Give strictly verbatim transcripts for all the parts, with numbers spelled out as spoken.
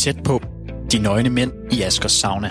Tæt på. De nøgne mænd i Askers sauna.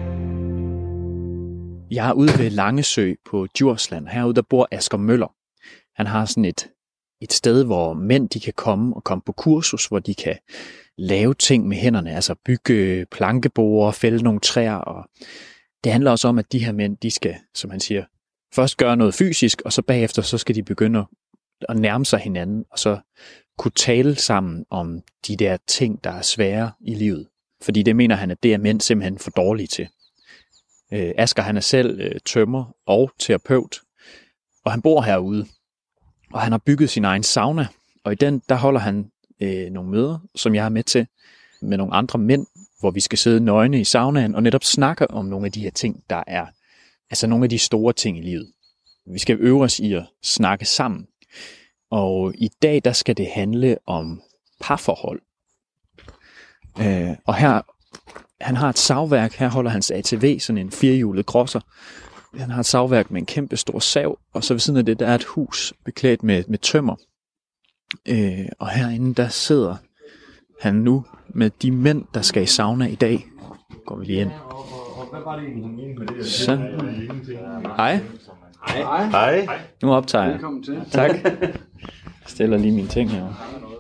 Jeg er ude ved Langesø på Djursland. Herude der bor Asger Møller. Han har sådan et, et sted, hvor mænd de kan komme og komme på kursus, hvor de kan lave ting med hænderne. Altså bygge plankeborde, fælde nogle træer. Og det handler også om, at de her mænd, de skal, som han siger, først gøre noget fysisk, og så bagefter så skal de begynde at nærme sig hinanden, og så kunne tale sammen om de der ting, der er svære i livet. Fordi det mener han, at det er mænd simpelthen for dårlige til. Øh, Asger han er selv øh, tømrer og terapeut, og han bor herude. Og han har bygget sin egen sauna, og i den der holder han øh, nogle møder, som jeg er med til, med nogle andre mænd, hvor vi skal sidde nøgne i saunaen og netop snakke om nogle af de her ting, der er altså nogle af de store ting i livet. Vi skal øve os i at snakke sammen. Og i dag, der skal det handle om parforhold. Øh, og her, han har et savværk. Her holder hans A T V, sådan en firehjulet crosser. Han har et savværk med en kæmpe stor sav, og så ved siden af det, der er et hus beklædt med, med tømmer. Øh, og herinde, der sidder han nu med de mænd, der skal i sauna i dag. Går vi lige ind. Så. Hej. Hej. Hej. Nu optager jeg. Velkommen til. Tak. Jeg stiller lige mine ting her.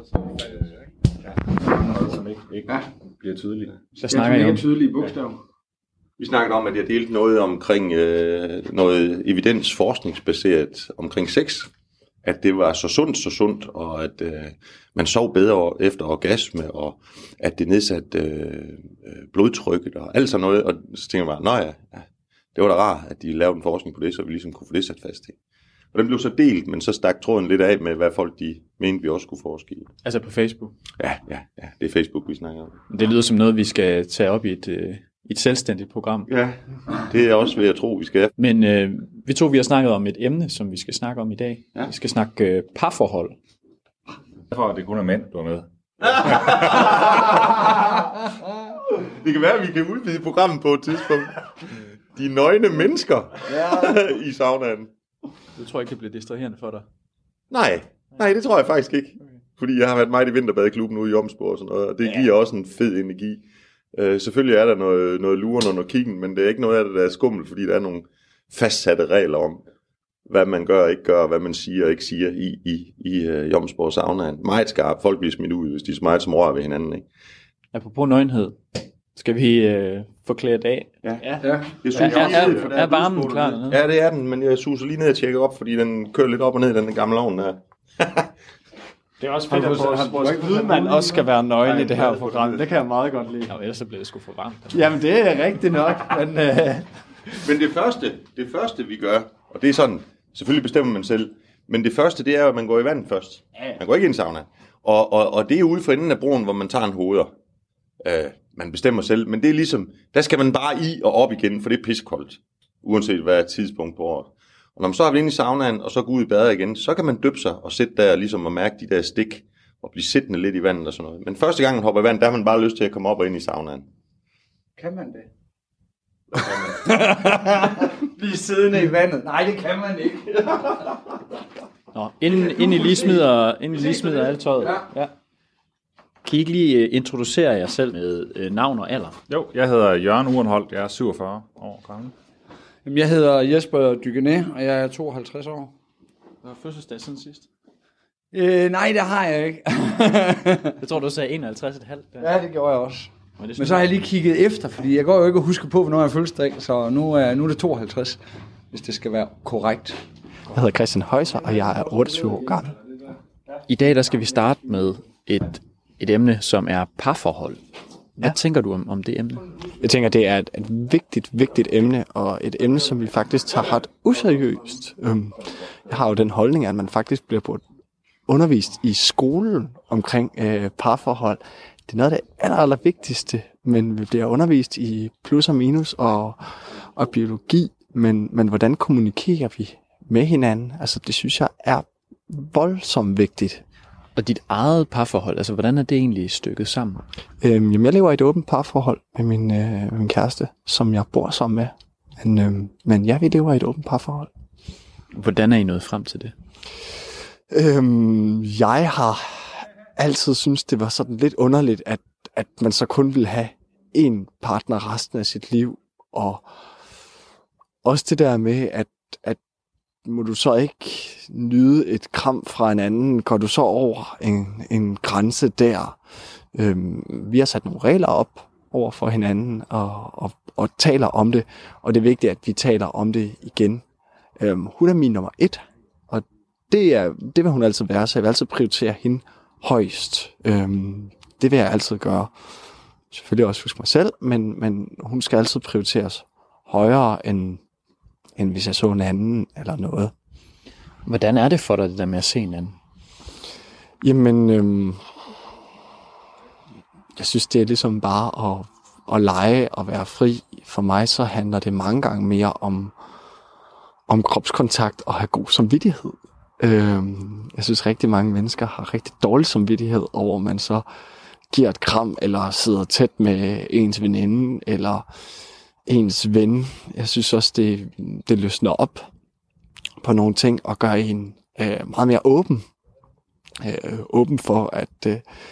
Som ikke, ikke ja. bliver tydeligt. Hvad snakker I om? Tydelige bogstaver. Vi snakkede om, at jeg delte noget omkring øh, noget evidensforskningsbaseret omkring sex. At det var så sundt, så sundt, og at øh, man sov bedre efter orgasme, og at det nedsatte øh, blodtrykket og alt sådan noget. Og så tænkte jeg bare, nej, ja, det var da rart, at de lavede en forskning på det, så vi ligesom kunne få det sat fast i. Og den blev så delt, men så stak tråden lidt af med, hvad folk de mente, vi også skulle forske i. Altså på Facebook? Ja, ja, ja. Det er Facebook, vi snakker om. Det lyder som noget, vi skal tage op i et, øh, et selvstændigt program. Ja, det er også ved at tro, vi skal. Men øh, vi to, vi har snakket om et emne, som vi skal snakke om i dag. Ja. Vi skal snakke øh, parforhold. Derfor er det kun er mænd, du er med. Det kan være, at vi kan udvide programmet på et tidspunkt. De nøgne mennesker i saunaen. Du tror ikke, det bliver distraherende for dig? Nej, nej, det tror jeg faktisk ikke. Fordi jeg har været meget i vinterbadeklubben ude i Jomsborg og sådan noget, og det giver også en fed energi. Uh, selvfølgelig er der noget, noget luren under kiggen, men det er ikke noget af det, der er skummelt, fordi der er nogle fastsatte regler om, hvad man gør og ikke gør, og hvad man siger og ikke siger i, i, i uh, Jomsborg saunaen. Meget skarpt. Folk bliver smidt ud, hvis de er så meget som rører ved hinanden, ikke? Apropos nøgenhed. Skal vi øh, få klædt af? Ja. Ja. Jeg synes, er, er, er, er varmen klar dernede? Ja, det er den, men jeg suser lige ned og tjekker op, fordi den kører lidt op og ned, den gamle ovn der. Det er også fedt, at vores lydmand også skal være nøgen i det her program. Det kan jeg meget godt lide. Ja, ellers så bliver det sgu for varmt. Jamen, det er rigtigt nok. Men, øh... men det første, det første, vi gør, og det er sådan, selvfølgelig bestemmer man selv, men det første, det er at man går i vand først. Man går ikke ind i sauna. Og, og, og det er ude for enden af broen, hvor man tager en hoveder. Øh, man bestemmer selv, men det er ligesom, der skal man bare i og op igen, for det er pissekoldt, uanset hvad tidspunkt på året. Og når man så er inde i saunaen, og så går ud i badet igen, så kan man dyppe sig og sidde der ligesom og mærke de der stik, og blive siddende lidt i vandet og sådan noget. Men første gang man hopper i vand, der har man bare lyst til at komme op og ind i saunaen. Kan man det? Blive siddende i vandet? Nej, det kan man ikke. Nå, inden, inden I lige smider, inden I lige smider alt tøjet. Ja. Kan I ikke lige introducere jer selv med øh, navn og alder? Jo, jeg hedder Jørgen Urenholdt, jeg er syvogfyrre år gammel. Jamen, jeg hedder Jesper Dygené, og jeg er tooghalvtreds år. Du har fødselsdag siden sidst? Øh, nej, det har jeg ikke. Jeg tror, du sagde enoghalvtreds komma fem. Ja, det gjorde jeg også. Men, Men så har jeg lige kigget efter, fordi jeg går jo ikke at huske på, hvornår jeg er fødselsdag, så nu er, nu er det tooghalvtreds, hvis det skal være korrekt. Jeg hedder Christian Højser, og jeg er otteogtyve år gammel. I dag der skal vi starte med et, et emne, som er parforhold. Hvad ja. tænker du om, om det emne? Jeg tænker, det er et, et vigtigt, vigtigt emne, og et emne, som vi faktisk tager ret useriøst. Jeg har jo den holdning, at man faktisk bliver undervist i skolen omkring øh, parforhold. Det er noget af det aller, aller vigtigste, men vi bliver undervist i plus og minus og, og biologi, men, men hvordan kommunikerer vi med hinanden? Altså, det synes jeg er voldsomt vigtigt. Og dit eget parforhold, altså hvordan er det egentlig stykket sammen? Øhm, jamen, jeg lever i et åbent parforhold med min, øh, min kæreste, som jeg bor sammen med. Men, øh, men ja, vi lever i et åbent parforhold. Hvordan er I nået frem til det? Øhm, jeg har altid synes det var sådan lidt underligt, at, at man så kun vil have en partner resten af sit liv. Og også det der med, at, at må du så ikke nyde et kram fra en anden, går du så over en, en grænse der. Øhm, vi har sat nogle regler op over for hinanden og, og, og taler om det, og det er vigtigt, at vi taler om det igen. Øhm, hun er min nummer et, og det, er, det vil hun altid være, så jeg vil altid prioritere hende højst. Øhm, det vil jeg altid gøre. Selvfølgelig også huske mig selv, men, men hun skal altid prioriteres højere, end, end hvis jeg så en anden eller noget. Hvordan er det for dig, det der med at se en anden? Jamen, øhm, jeg synes, det er ligesom bare at, at lege og være fri. For mig så handler det mange gange mere om, om kropskontakt og have god samvittighed. Øhm, jeg synes, rigtig mange mennesker har rigtig dårlig samvittighed over, at man så giver et kram, eller sidder tæt med ens veninde, eller ens ven. Jeg synes også, det, det løsner op på nogle ting, og gør en øh, meget mere åben. Øh, åben for, at, øh,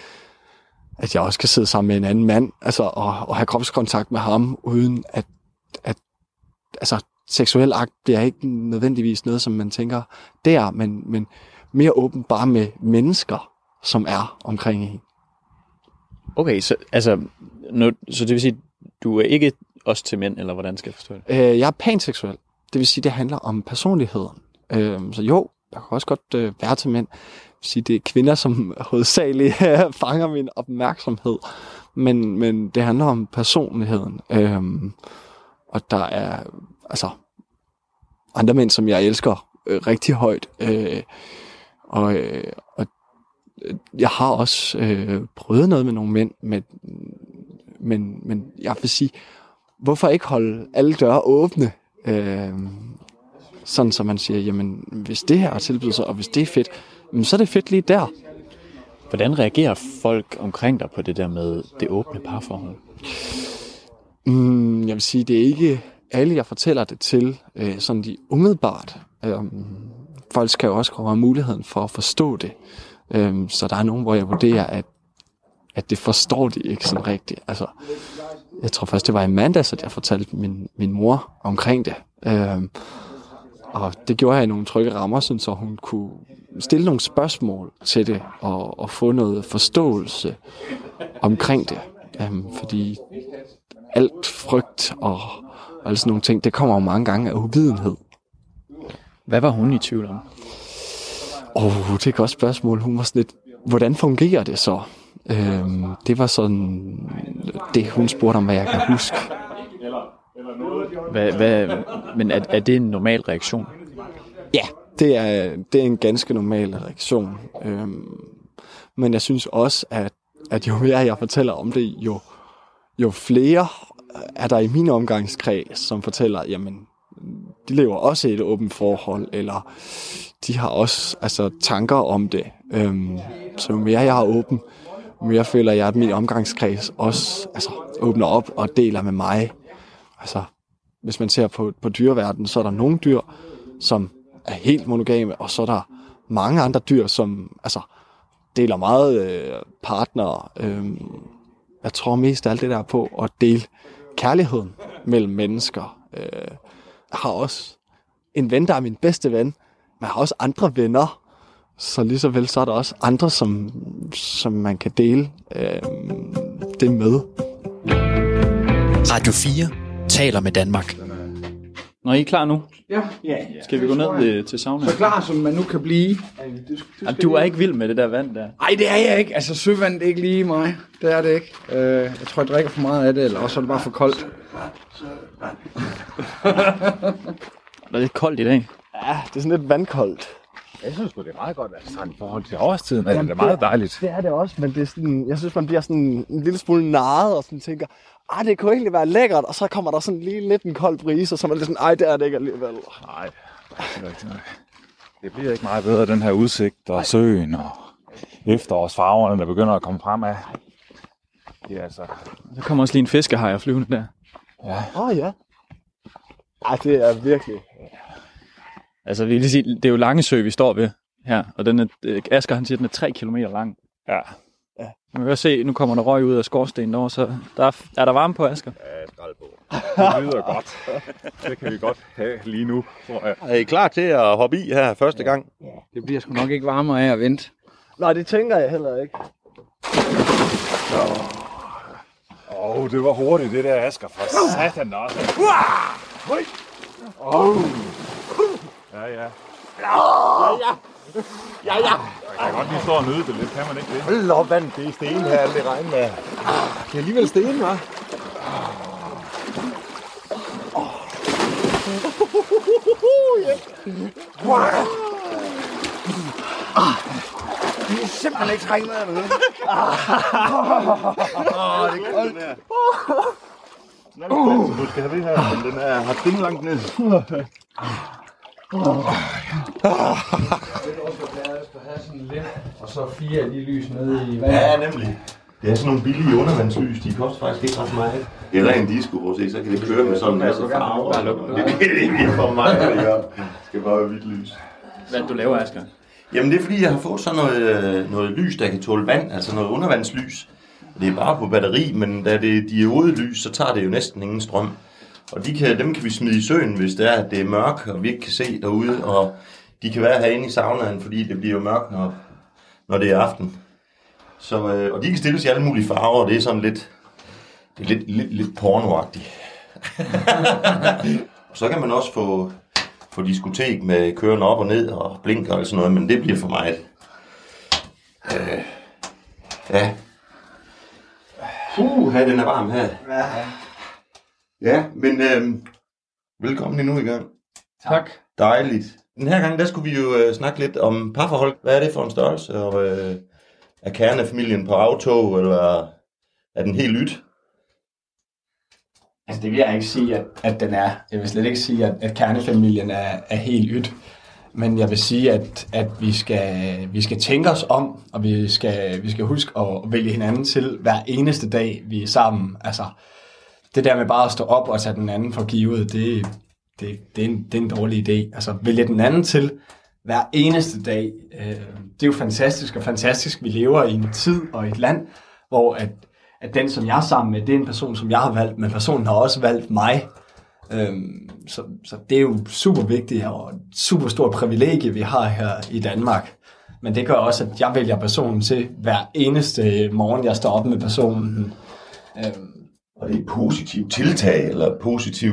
at jeg også kan sidde sammen med en anden mand, altså, og, og have kropskontakt med ham, uden at, at altså, seksuel akt bliver ikke nødvendigvis noget, som man tænker der, men, men mere åben bare med mennesker, som er omkring en. Okay, så, altså, nu, så det vil sige, du er ikke også til mænd, eller hvordan skal jeg forstå det? Øh, jeg er panseksuel. Det vil sige, det handler om personligheden. Øh, så jo, jeg kan også godt øh, være til mænd. Det vil sige, det er kvinder, som hovedsageligt fanger min opmærksomhed. Men, men det handler om personligheden. Øh, og der er altså andre mænd, som jeg elsker øh, rigtig højt. Øh, og, øh, og jeg har også øh, prøvet noget med nogle mænd, med, men, men jeg vil sige, hvorfor ikke holde alle døre åbne? Øh, sådan så man siger, jamen hvis det her er tilbydet sig, og hvis det er fedt, så er det fedt lige der. Hvordan reagerer folk omkring dig på det der med det åbne parforhold? Mm, jeg vil sige, det er ikke alle, jeg fortæller det til, øh, sådan de umiddelbart. Øh, folk skal jo også have muligheden for at forstå det. Øh, så der er nogen, hvor jeg vurderer, at, at det forstår de ikke sådan rigtigt. Altså, jeg tror først, det var i mandags, at jeg fortalte min, min mor omkring det. Øh, og det gjorde jeg i nogle trygge rammer, så hun kunne stille nogle spørgsmål til det, og, og få noget forståelse omkring det. Øh, fordi alt frygt og, og alle sådan nogle ting, det kommer jo mange gange af uvidenhed. Hvad var hun i tvivl om? Åh, oh, det er et godt spørgsmål. Hun var sådan lidt, hvordan fungerer det så? Øhm, det var sådan det, hun spurgte om, hvad jeg kan huske. Hvad, hvad, men er, er det en normal reaktion? Ja, det er, det er en ganske normal reaktion. Øhm, men jeg synes også, at, at jo mere jeg fortæller om det, jo, jo flere er der i min omgangskreds, som fortæller, jamen, de lever også i et åbent forhold, eller de har også altså, tanker om det. Øhm, så jo mere jeg er åben, jo mere føler jeg, at min omgangskreds også altså, åbner op og deler med mig. Altså, hvis man ser på, på dyreverdenen, så er der nogle dyr, som er helt monogame, og så er der mange andre dyr, som altså, deler meget øh, partnere. Øhm, jeg tror mest af alt det der på at dele kærligheden mellem mennesker. Øh, jeg har også en ven, der er min bedste ven, men jeg har også andre venner, så lige så vel så er der også andre, som, som man kan dele øh, det med. Radio fire taler med Danmark. Nå, I er klar nu? Ja. Skal vi gå ned øh, til sauna? Så klar, som man nu kan blive. Du, du, du er ikke vild med det der vand der? Nej, det er jeg ikke. Altså, søvand det er ikke lige mig. Det er det ikke. Uh, jeg tror, jeg drikker for meget af det, eller også er det bare for koldt. Det er lidt koldt i dag. Ja, det er sådan lidt vandkoldt. Jeg synes det er meget godt, at sådan i forhold til årstiden, er det er meget dejligt. Det er det også, men det er sådan, jeg synes, man bliver sådan en lille smule narret og sådan tænker, ah, det kunne egentlig være lækkert, og så kommer der sådan lige lidt en kold brise, og så er man lidt sådan, ej, det er det ikke alligevel. Nej, det er rigtigt nok. Det bliver ikke meget bedre, den her udsigt og søen og efterårsfarverne, der begynder at komme frem af. Ja, altså. Der kommer også lige en fiskehaj flyvende der. Ja. Åh oh, ja. Ej, det er virkelig. Altså, vi vil lige sige, det er jo Langesø, vi står ved her, og den er, Asger han siger, den er tre kilometer lang. Ja. Ja. Man kan se, nu kommer der røg ud af skorstenen over, så der er, er der varme på, Asger? Ja, skrald på. Det lyder godt. Det kan vi godt have lige nu, tror jeg. Er I klar til at hoppe i her første gang? Det bliver sgu nok ikke varmere af at vente. Nej, det tænker jeg heller ikke. Åh, oh, det var hurtigt, det der Asger. For satan også. Oh. Ja, ja. Ja, ja. Ja, ja. Jeg kan godt lige stå og nyde det lidt, kan man ikke det? Hold op, vand. Det er sten her, alt det regn med. Det er alligevel sten, hva'? Det er simpelthen ikke trække med noget. Åh, det er koldt. Uh. Du skal have det her, men den er, har ting langt ned. Og så fire af de lys nede i vandet. Ja, nemlig. Det er sådan nogle billige undervandslys, de koster faktisk ikke ret meget. Eller en disco, hvor se, så kan det køre med sådan en masse farver. Det er ikke for mig, det gør. Det skal bare være hvidt lys. Hvad du laver, Asger? Jamen det er fordi, jeg har fået sådan noget, noget lys, der kan tåle vand, altså noget undervandslys. Det er bare på batteri, men da det er diodelys, så tager det jo næsten ingen strøm. Og de kan, dem kan vi smide i søen, hvis det er, at det er mørkt, og vi ikke kan se derude. Og de kan være herinde i saunaen, fordi det bliver jo mørkt, når, når det er aften. Så, øh, og de kan stilles i alle mulige farver, og det er sådan lidt, det er lidt, lidt, lidt pornoagtigt. Og så kan man også få, få diskotek med kørende op og ned og blinker og sådan noget, men det bliver for meget. Øh, ja. Uh, her, den er varm her. Ja. Ja, men øh, velkommen endnu i gang. Tak. Dejligt. Den her gang, der skulle vi jo øh, snakke lidt om parforhold. Hvad er det for en størrelse? Og, øh, er kernefamilien på aftog, eller er den helt lyt? Altså det vil jeg ikke sige, at, at den er. Jeg vil slet ikke sige, at, at kernefamilien er, er helt ydt. Men jeg vil sige, at, at vi, skal, vi skal tænke os om, og vi skal, vi skal huske at vælge hinanden til hver eneste dag, vi er sammen. Altså, det der med bare at stå op og tage den anden for givet, det, det, det, er, en, det er en dårlig idé. Altså, vælge den anden til hver eneste dag. Øh, det er jo fantastisk, og fantastisk, vi lever i en tid og et land, hvor at, at den, som jeg er sammen med, det er en person, som jeg har valgt, men personen har også valgt mig. Øhm, så, så det er jo super vigtigt og et super stort privilegie, vi har her i Danmark. Men det gør også, at jeg vælger personen til hver eneste morgen, jeg står op med personen. Øhm, og det er et positivt tiltag, eller positiv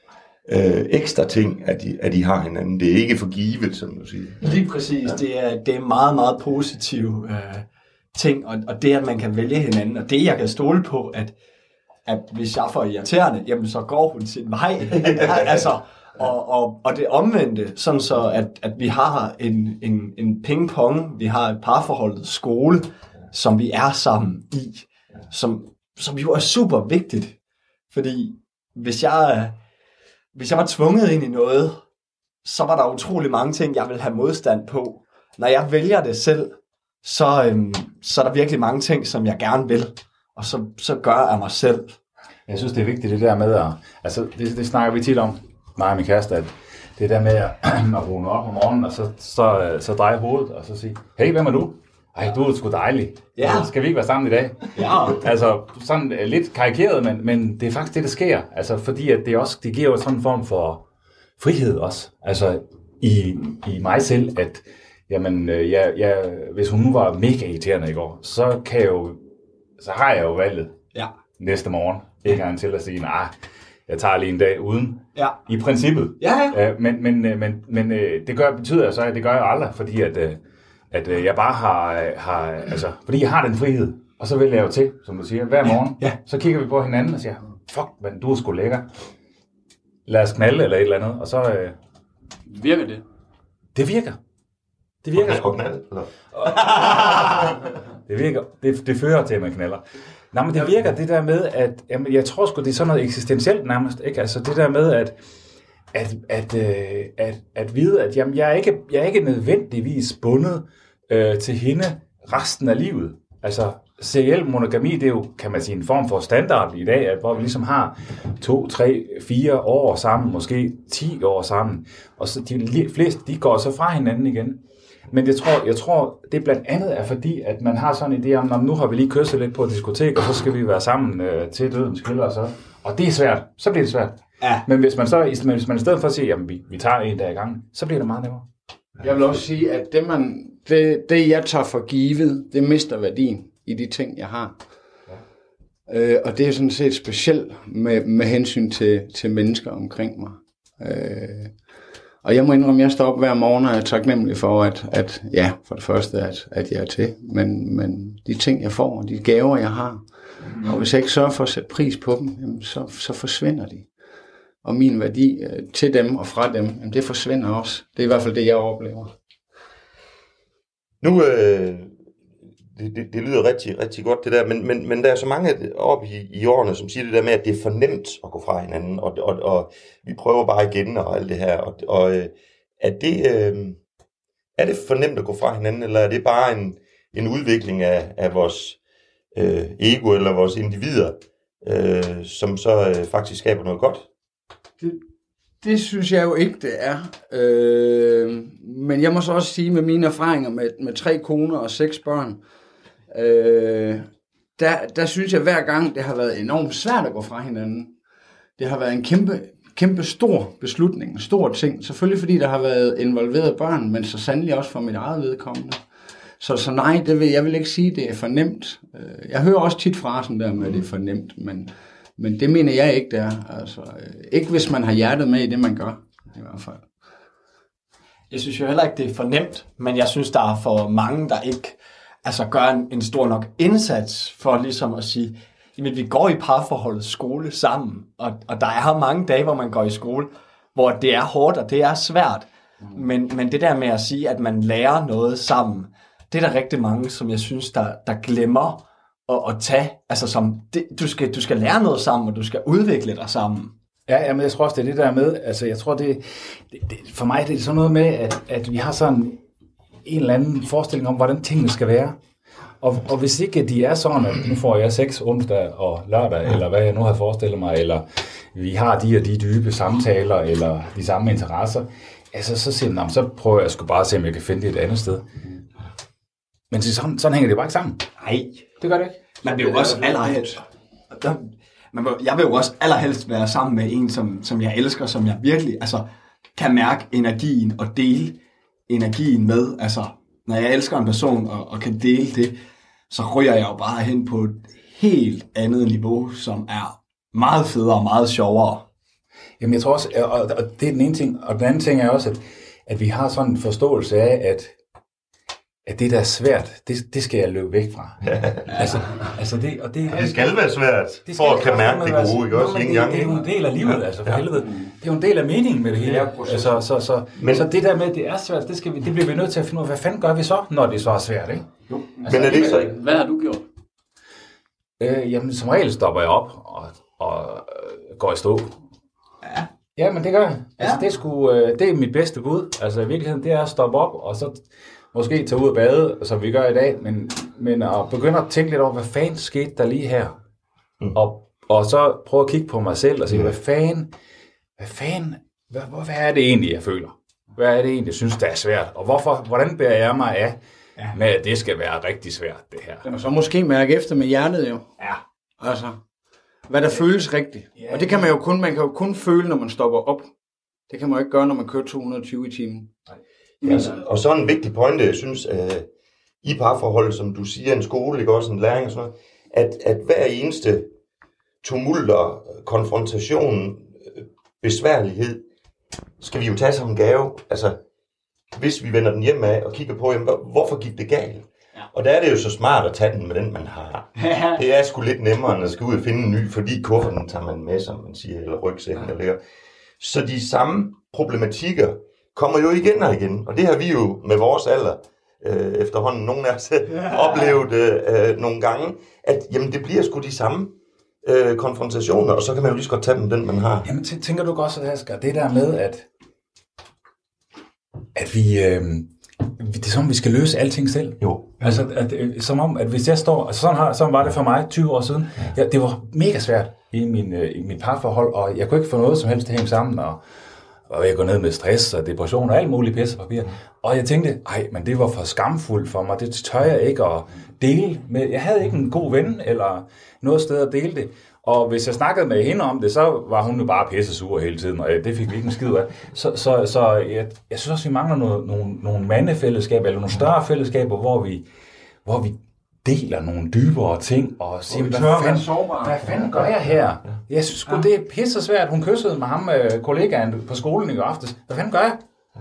øh, ekstra ting, at de, at de har hinanden. Det er ikke for givet, som du siger. Lige præcis. Ja. Det, er, det er meget, meget positiv øh, ting, og, og det, at man kan vælge hinanden, og det, jeg kan stole på, at at hvis jeg får irriterende, jamen så går hun sin vej. altså, og, og, og det omvendte, sådan så at, at vi har en, en, en ping-pong, vi har et parforhold skole, som vi er sammen i, som, som jo er super vigtigt. Fordi hvis jeg, hvis jeg var tvunget ind i noget, så var der utrolig mange ting, jeg ville have modstand på. Når jeg vælger det selv, så, øhm, så er der virkelig mange ting, som jeg gerne vil. Og så, så gør jeg mig selv. Jeg synes, det er vigtigt det der med at... Altså, det, det snakker vi tit om, mig og min kæreste, at det der med at, at vågne op om morgenen, og så, så, så dreje hovedet, og så sige, hey, hvem er du? Ej, du er sgu dejlig. Ja. Skal vi ikke være sammen i dag? Ja. Altså, sådan lidt karikeret, men, men det er faktisk det, der sker. Altså, fordi at det, også, det giver jo sådan en form for frihed også. Altså, i, i mig selv, at jamen, jeg, jeg, hvis hun nu var mega irriterende i går, så kan jeg jo så har jeg jo valget ja. næste morgen, ikke engang til at sige, nej, jeg tager lige en dag uden, ja. i princippet. Ja, ja. Øh, men men, men, men det gør, betyder så, at det gør jeg aldrig, fordi at, at jeg bare har, har, altså, fordi jeg har den frihed, og så vælger jeg jo til, som du siger, hver morgen, ja. så kigger vi på hinanden og siger, fuck, men du er sgu lækker. Lad os knalde eller et eller andet, og så... Øh, virker det? Det virker. Det virker sgu. knalde, eller? Det virker. Det, det fører til, at man knaller. Nej, men det virker det der med, at jamen, jeg tror sgu, det er sådan noget eksistentielt nærmest, ikke? Altså det der med, at at, at, øh, at, at vide, at jamen, jeg, er ikke, jeg er ikke nødvendigvis bundet øh, til hende resten af livet. Altså seriel monogami, det er jo, kan man sige, en form for standard i dag, at, hvor vi ligesom har to, tre, fire år sammen, måske ti år sammen, og så de fleste, de går så fra hinanden igen. Men jeg tror, jeg tror, det blandt andet er fordi, at man har sådan en idé om, at nu har vi lige kysset lidt på et diskotek, og så skal vi være sammen øh, til døden skiller og så. Og det er svært. Så bliver det svært. Ja. Men hvis man så hvis man i stedet for at sige, at vi, vi tager en dag i gang, så bliver det meget nemmere. Jeg vil også sige, at det, man, det, det jeg tager for givet, det mister værdien i de ting, jeg har. Ja. Øh, og det er sådan set specielt med, med hensyn til, til mennesker omkring mig. Øh, og jeg må indrømme, at jeg står op hver morgen og er taknemmelig for, at, at ja, for det første, at, at jeg er til. Men, men de ting, jeg får, de gaver, jeg har, mm. og hvis jeg ikke sørger for at sætte pris på dem, jamen, så, så forsvinder de. Og min værdi øh, til dem og fra dem, jamen, det forsvinder også. Det er i hvert fald det, jeg oplever. Nu, øh, det, det, det lyder rigtig, rigtig godt det der, men, men, men der er så mange op i, i årene, som siger det der med, at det er for nemt at gå fra hinanden, og, og, og vi prøver bare igen og alt det her. Og, og er, det, øh, er det for nemt at gå fra hinanden, eller er det bare en, en udvikling af, af vores øh, ego eller vores individer, øh, som så øh, faktisk skaber noget godt? Det, det synes jeg jo ikke, det er. Øh, men jeg må så også sige, med mine erfaringer med, med tre koner og seks børn, øh, der, der synes jeg hver gang, det har været enormt svært at gå fra hinanden. Det har været en kæmpe, kæmpe stor beslutning, en stor ting. Selvfølgelig fordi der har været involveret børn, men så sandelig også for mit eget vedkommende. Så, så nej, det vil, jeg vil ikke sige, det er for nemt. Jeg hører også tit frasen der med, at det er for nemt, men... Men det mener jeg ikke, det er. Altså, ikke hvis man har hjertet med i det, man gør, i hvert fald. Jeg synes jo heller ikke, det er for nemt, men jeg synes, der er for mange, der ikke altså, gør en, en stor nok indsats for ligesom at sige, jamen vi går i parforholdet skole sammen, og, og der er mange dage, hvor man går i skole, hvor det er hårdt, og det er svært. Men, men det der med at sige, at man lærer noget sammen, det er der rigtig mange, som jeg synes, der, der glemmer at, at tage. Altså som, det, du, skal, du skal lære noget sammen, og du skal udvikle dig sammen. Ja, men jeg tror også, det er det der med, altså jeg tror, det, det, det for mig det er sådan noget med, at, at vi har sådan en eller anden forestilling om, hvordan tingene skal være. Og, og hvis ikke de er sådan, at nu får jeg sex onsdag og lørdag, eller hvad jeg nu har forestillet mig, eller vi har de og de dybe samtaler, eller de samme interesser, altså så siger jeg, så prøver jeg sgu bare at se, om jeg kan finde det et andet sted. Men sådan, sådan hænger det bare ikke sammen. Nej, det gør det ikke. Man vil jo også allerhelst, man vil, jeg vil jo også allerhelst være sammen med en, som, som jeg elsker, som jeg virkelig altså, kan mærke energien og dele energien med. Altså, når jeg elsker en person og, og kan dele det, så ryger jeg jo bare hen på et helt andet niveau, som er meget federe og meget sjovere. Jamen jeg tror også, og, og det er den ene ting, og den anden ting er også, at, at vi har sådan en forståelse af, at at det, der er svært, det, det skal jeg løbe væk fra. altså, altså det, og det, ja, det skal være svært, det for at kan mærke det gode, ikke også? Det, det er jo en del af livet, altså for ja. helvede. Det er jo en del af meningen med det hele. Altså, så, så, men, så det der med, at det er svært, det, skal vi, det bliver vi nødt til at finde ud af, hvad fanden gør vi så, når det så er svært, ikke? Jo. Altså, men er det ikke så ikke? Hvad har du gjort? Øh, jamen, som regel stopper jeg op og, og øh, går i stå. Ja. Ja, men det gør jeg. Ja. Altså, det, er sgu, øh, det er mit bedste bud. Altså, i virkeligheden, det er at stoppe op, og så måske tage ud og bade, som vi gør i dag, men, men at begynde at tænke lidt over, hvad fanden skete der lige her? Mm. Og, og så prøve at kigge på mig selv og sige, mm. hvad fanden, hvad fanden, hvad, hvad er det egentlig, jeg føler? Hvad er det egentlig, jeg synes, der er svært? Og hvorfor, hvordan bærer jeg mig af ja. med, at det skal være rigtig svært, det her? Og så måske mærke efter med hjertet jo. Ja. Altså, hvad der ja. føles rigtigt. Ja. Og det kan man jo kun, man kan jo kun føle, når man stopper op. Det kan man jo ikke gøre, når man kører to hundrede og tyve i timen. Nej. Ja, og så en vigtig pointe, jeg synes, uh, i parforholdet, som du siger, en skole, ikke også en læring og sådan noget, at, at hver eneste tumulter, konfrontation, besværlighed, skal vi jo tage som en gave. Altså, hvis vi vender den hjem af og kigger på, jamen, hvorfor gik det galt? Ja. Og der er det jo så smart at tage den med den, man har. Det er sgu lidt nemmere, end at skal ud og finde en ny, fordi kufferten tager man med, som man siger, eller rygsækken, ja. eller så de samme problematikker kommer jo igen og igen, og det har vi jo med vores alder øh, efterhånden, nogle af os oplevet øh, nogle gange, at jamen, det bliver sgu de samme øh, konfrontationer, og så kan man jo lige så godt tage dem, den man har. Jamen tænker du også, Asger, det der med, at, at vi, øh, det er som vi skal løse alting selv. Jo. Altså, at, som om, at hvis jeg står, altså sådan, har, sådan var det for mig tyve år siden, ja, det var mega svært i, min, i mit parforhold, og jeg kunne ikke få noget som helst til at hænge sammen, og var ved at gå ned med stress og depression og alt muligt pissepapir. Og jeg tænkte, ej, men det var for skamfuldt for mig, det tør jeg ikke at dele med. Jeg havde ikke en god ven eller noget sted at dele det. Og hvis jeg snakkede med hende om det, så var hun jo bare pissesur hele tiden, og det fik vi ikke en skid af. Så, så, så jeg, jeg synes også, vi mangler noget, nogle, nogle mandefællesskaber, eller nogle større fællesskaber, hvor vi, hvor vi deler nogle dybere ting, og siger, hvad fanden, hvad fanden gør jeg her? Jeg synes sgu, det er pisse svært. Hun kyssede med ham, kollegaen på skolen i går aftes. Hvad fanden gør jeg?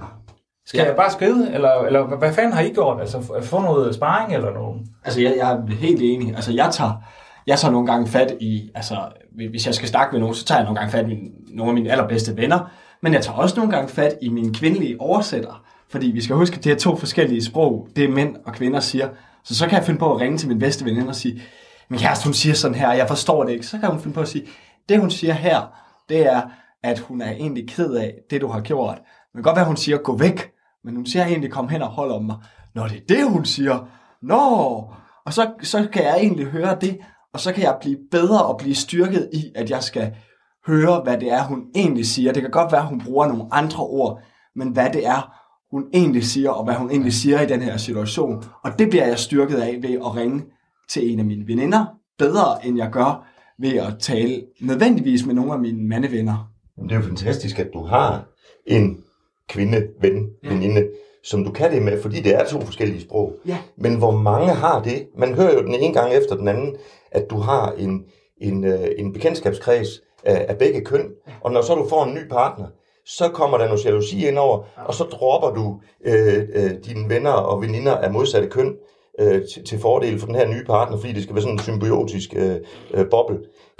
Skal ja. jeg bare skride, eller, eller hvad fanden har I gjort? Altså, få noget sparring eller noget? Altså, jeg, jeg er helt enig. Altså, jeg tager, jeg tager nogle gange fat i, altså, hvis jeg skal snakke med nogen, så tager jeg nogle gange fat i nogle af mine allerbedste venner, men jeg tager også nogle gange fat i mine kvindelige oversættere, fordi vi skal huske, at det er to forskellige sprog, det mænd og kvinder siger. Så så kan jeg finde på at ringe til min bedste veninde og sige, min kæreste, hun siger sådan her, jeg forstår det ikke. Så kan hun finde på at sige, det hun siger her, det er, at hun er egentlig ked af det, du har gjort. Det kan godt være, hun siger, gå væk, men hun siger egentlig, kom hen og hold om mig. Nå, det er det, hun siger. Nå, og så, så kan jeg egentlig høre det, og så kan jeg blive bedre og blive styrket i, at jeg skal høre, hvad det er, hun egentlig siger. Det kan godt være, hun bruger nogle andre ord, men hvad det er, hun egentlig siger, og hvad hun egentlig siger i den her situation. Og det bliver jeg styrket af ved at ringe til en af mine veninder, bedre end jeg gør ved at tale nødvendigvis med nogle af mine mandevenner. Det er jo fantastisk, at du har en kvinde, ven, veninde, ja. som du kan det med, fordi det er to forskellige sprog. Ja. Men hvor mange har det? Man hører jo den ene gang efter den anden, at du har en, en, en bekendtskabskreds af, af begge køn, og når så du får en ny partner, så kommer der noget jalousi ind over, og så dropper du øh, øh, dine venner og veninder af modsatte køn øh, til, til fordel for den her nye partner, fordi det skal være sådan en symbiotisk øh, øh, boble.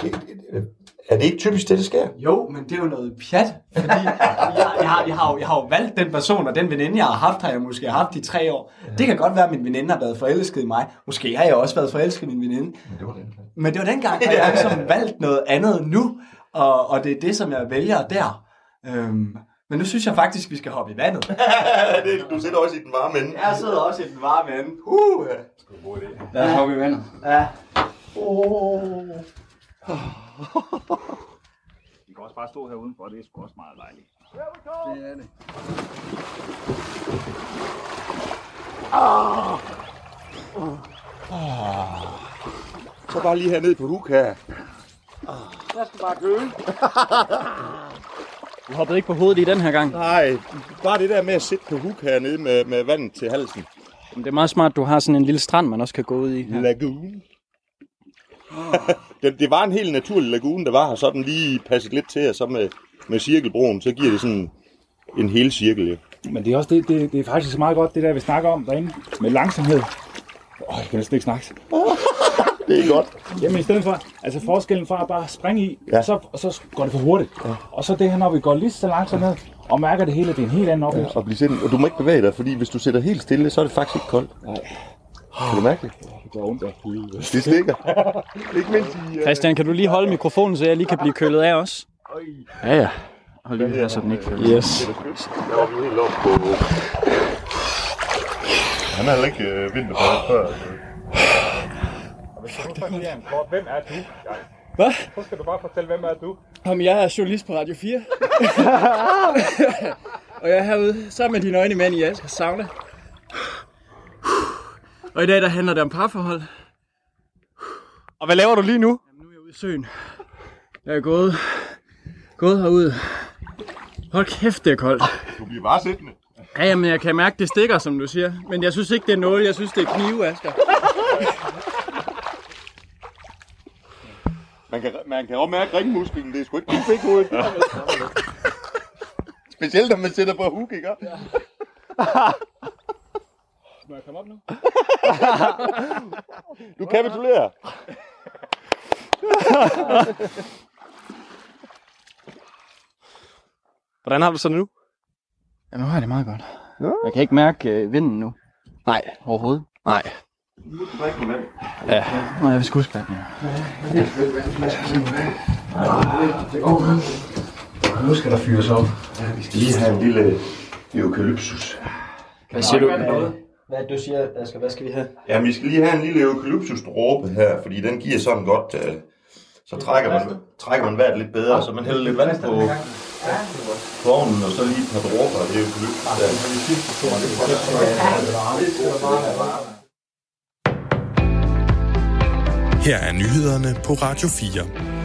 Er det ikke typisk det, der sker? Jo, men det er jo noget pjat, fordi jeg, jeg, har, jeg, har jo, jeg har jo valgt den person, og den veninde, jeg har haft, har jeg måske haft i tre år. Ja. Det kan godt være, at min veninde har været forelsket i mig. Måske har jeg også været forelsket i min veninde. Men det var dengang. Men det var dengang, og jeg har ligesom valgt noget andet nu, og, og det er det, som jeg vælger der. Øhm, men nu synes jeg faktisk, vi skal hoppe i vandet. Du sidder også i den varme ende. Jeg sidder også i den varme ende. Uh. Lad os hoppe i vandet. Ja. Oh. Vi kan også bare stå her udenfor, det er sgu også meget dejligt. Det er det. Ah. Ah. Så bare lige hernede på huk her. Jeg skal bare køle. Du hoppede ikke på hovedet i den her gang. Nej, bare det der med at sidde på huk hernede med, med vandet til halsen. Men det er meget smart, du har sådan en lille strand, man også kan gå ud i. Her. Lagoon. det, det var en helt naturlig lagoon, der var her, så den lige passet lidt til, og så med, med cirkelbroen, så giver det sådan en hel cirkel. Ja. Men det er også det, det, det er faktisk meget godt, det der vi snakker om derinde, med langsomhed. Åh, jeg kan næsten ikke snakke. Det er godt. Jamen i stedet for, altså forskellen fra at bare springe i, ja. og, så, og så går det for hurtigt. Ja. Og så det her, når vi går lige så langsomt ned, og mærker det hele, det er en helt anden oplevelse. Ja, og, blive siddende, og du må ikke bevæge dig, fordi hvis du sidder helt stille, så er det faktisk ikke koldt. Nej. Kan du mærke det? Det går ondt af helvede. Det stikker. Ikke mindst i... Uh... Christian, kan du lige holde mikrofonen, så jeg lige kan blive kølet af også? Ja, ja. Hold lige her, så den ikke følger. Yes. Der var vi helt oppe på... Han har heller ikke øh, vinterbadet før. Hvem er du? Hvad? Så skal du bare fortælle, hvem er du? Jamen, jeg er journalist på Radio fire. Og jeg er herude sammen med dine øjne mænd i Askers sauna. Og i dag der handler det om parforhold. Og hvad laver du lige nu? Jamen, nu er jeg ude i søen. Jeg er gået, gået herude. Hold kæft, det er koldt. Du bliver bare siddende. Ja, jamen, jeg kan mærke, det stikker, som du siger. Men jeg synes ikke, det er nåle. Jeg synes, det er knive, Asger. Man kan, man kan også mærke ringmusklen. Det er sgu ikke en fik ud. Specielt når man sætter på huk, ikke? Ja. Må jeg komme op nu? Du kapitulerer. Hvordan har du så nu? Ja, nu har jeg det meget godt. Jeg kan ikke mærke øh, vinden nu. Nej. Overhovedet. Nej. Nu skal du drikke vand. Ja. Nå, jeg vil sgu huske vand, ja. Nu skal der fyres op. Ja, vi skal lige have en lille eukalyptus. Hvad siger du? Hvad du siger, Asger, hvad skal vi have? Ja, vi skal lige have en lille eukalyptus-dråbe her, fordi den giver sådan godt... Uh, så trækker man, trækker man vejret lidt bedre, så man hælder lidt vand på, Vognen, og så lige et par dråber, det er jo forløbet. Her er nyhederne på Radio fire.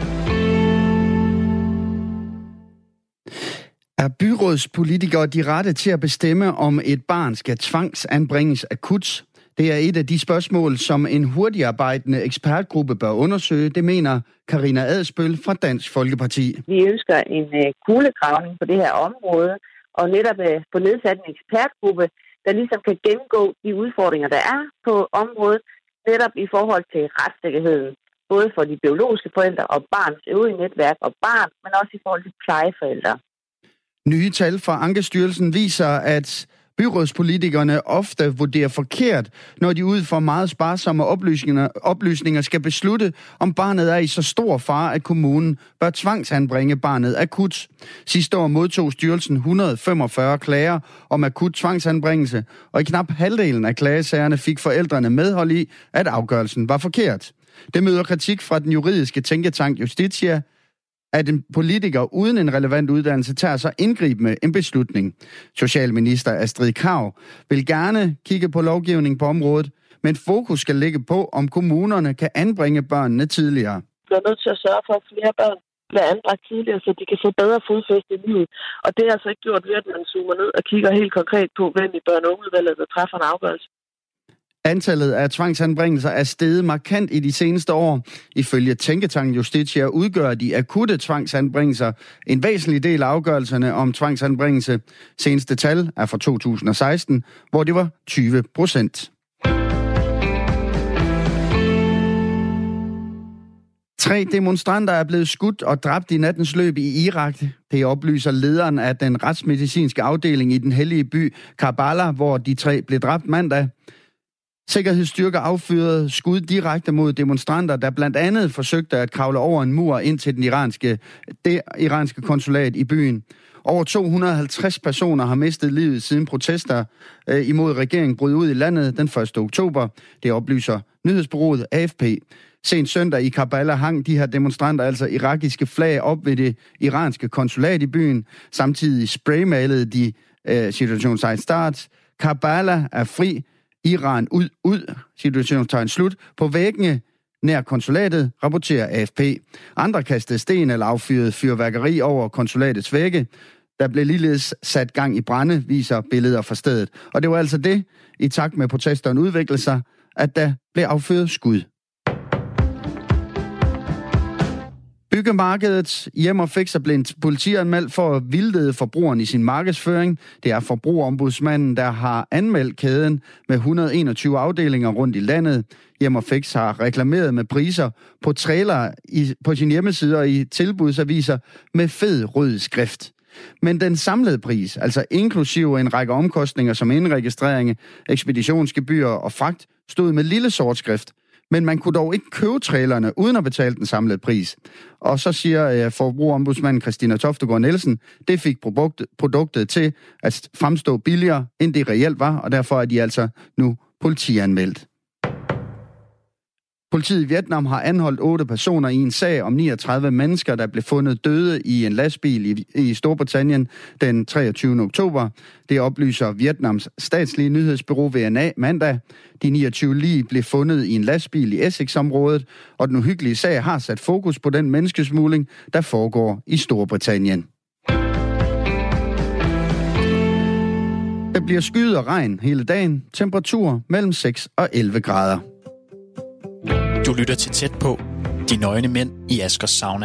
Er byrådspolitikere de rette til at bestemme, om et barn skal tvangsanbringes akut? Det er et af de spørgsmål, som en hurtigarbejdende ekspertgruppe bør undersøge. Det mener Karina Adsbøl fra Dansk Folkeparti. Vi ønsker en kulegravning på det her område, og netop få nedsat en ekspertgruppe, der ligesom kan gennemgå de udfordringer, der er på området, netop i forhold til retssikkerheden, både for de biologiske forældre og barns øvrige netværk og barn, men også i forhold til plejeforældre. Nye tal fra Ankestyrelsen viser, at byrådspolitikerne ofte vurderer forkert, når de ud fra meget sparsomme oplysninger, oplysninger skal beslutte, om barnet er i så stor fare, at kommunen bør tvangsanbringe barnet akut. Sidste år modtog styrelsen et hundrede og femogfyrre klager om akut tvangsanbringelse, og i knap halvdelen af klagesagerne fik forældrene medhold i, at afgørelsen var forkert. Det møder kritik fra den juridiske tænketank Justitia, at en politiker uden en relevant uddannelse tager så indgribende en beslutning. Socialminister Astrid Krag vil gerne kigge på lovgivning på området, men fokus skal ligge på, om kommunerne kan anbringe børnene tidligere. Vi bliver nødt til at sørge for, at flere børn bliver anbragt tidligere, så de kan få bedre fodfæste i livet. Og det er altså ikke gjort ved, at man zoomer ned og kigger helt konkret på, hvem i børn- og ungeudvalget, der træffer en afgørelse. Antallet af tvangsanbringelser er steget markant i de seneste år. Ifølge Tænketanken Justitia udgør de akutte tvangsanbringelser en væsentlig del af afgørelserne om tvangsanbringelse. Seneste tal er fra to tusind og seksten, hvor det var tyve procent. Tre demonstranter er blevet skudt og dræbt i nattens løb i Irak. Det oplyser lederen af den retsmedicinske afdeling i den hellige by Karbala, hvor de tre blev dræbt mandag. Sikkerhedsstyrker affyrede skud direkte mod demonstranter, der blandt andet forsøgte at kravle over en mur ind til den iranske, det iranske konsulat i byen. Over to hundrede og halvtreds personer har mistet livet siden protester øh, imod regeringen brød ud i landet den første oktober. Det oplyser nyhedsbureauet A F P. Sent søndag i Karbala hang de her demonstranter altså irakiske flag op ved det iranske konsulat i byen. Samtidig spraymalede de øh, situationstegn start. Karbala er fri. Iran ud, ud, situationstegn slut, på væggene nær konsulatet, rapporterer A F P. Andre kastede sten eller affyrede fyrværkeri over konsulatets vægge. Der blev ligeledes sat gang i brande, viser billeder fra stedet. Og det var altså det, i takt med protesterne udviklede sig, at der blev affyret skud. Byggemarkedet Hjem og Fix er blevet politianmeldt for at vildlede forbrugeren i sin markedsføring. Det er forbrugerombudsmanden, der har anmeldt kæden med et hundrede og enogtyve afdelinger rundt i landet. Hjem og Fix har reklameret med priser på trailere i, på sin hjemmeside og i tilbudsaviser med fed rød skrift. Men den samlede pris, altså inklusive en række omkostninger som indregistrering, ekspeditionsgebyr og fragt, stod med lille sort skrift. Men man kunne dog ikke købe trailerne uden at betale den samlede pris. Og så siger uh, forbrugerombudsmanden Christina Toftegård Nielsen, det fik produkt, produktet til at fremstå billigere, end det reelt var, og derfor er de altså nu politianmeldt. Politiet i Vietnam har anholdt otte personer i en sag om niogtredive mennesker, der blev fundet døde i en lastbil i, i Storbritannien den treogtyvende oktober. Det oplyser Vietnams statslige nyhedsbureau V N A mandag. De niogtyve lig blev fundet i en lastbil i Essex-området, og den uhyggelige sag har sat fokus på den menneskesmugling, der foregår i Storbritannien. Der bliver skyet og regn hele dagen. Temperatur mellem seks og elleve grader. Du lytter til Tæt på. De nøgne mænd i Askers sauna.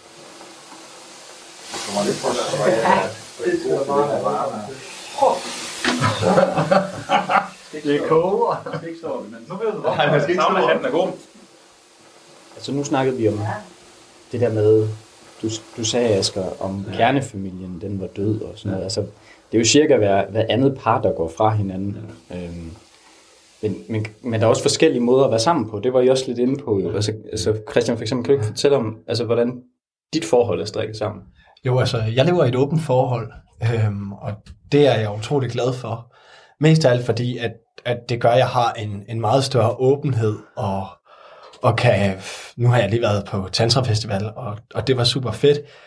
Det koger. Nu ved du, hvor man skal ikke savne, at den er god. Altså nu snakkede vi om det der med, du, du sagde, Asger, om kernefamilien, den var død og sådan noget. Altså, det er jo cirka hver, hver andet par, der går fra hinanden. Øhm, Men, men, men der er også forskellige måder at være sammen på. Det var I også lidt inde på. Jo. Altså, altså Christian, for eksempel, kan du ikke fortælle om, altså, hvordan dit forhold er strikket sammen? Jo, altså, jeg lever i et åbent forhold, øhm, og det er jeg utrolig glad for. Mest af alt fordi, at, at det gør, at jeg har en, en meget større åbenhed, og, og kan, nu har jeg lige været på Tantra Festival, og, og det var super fedt.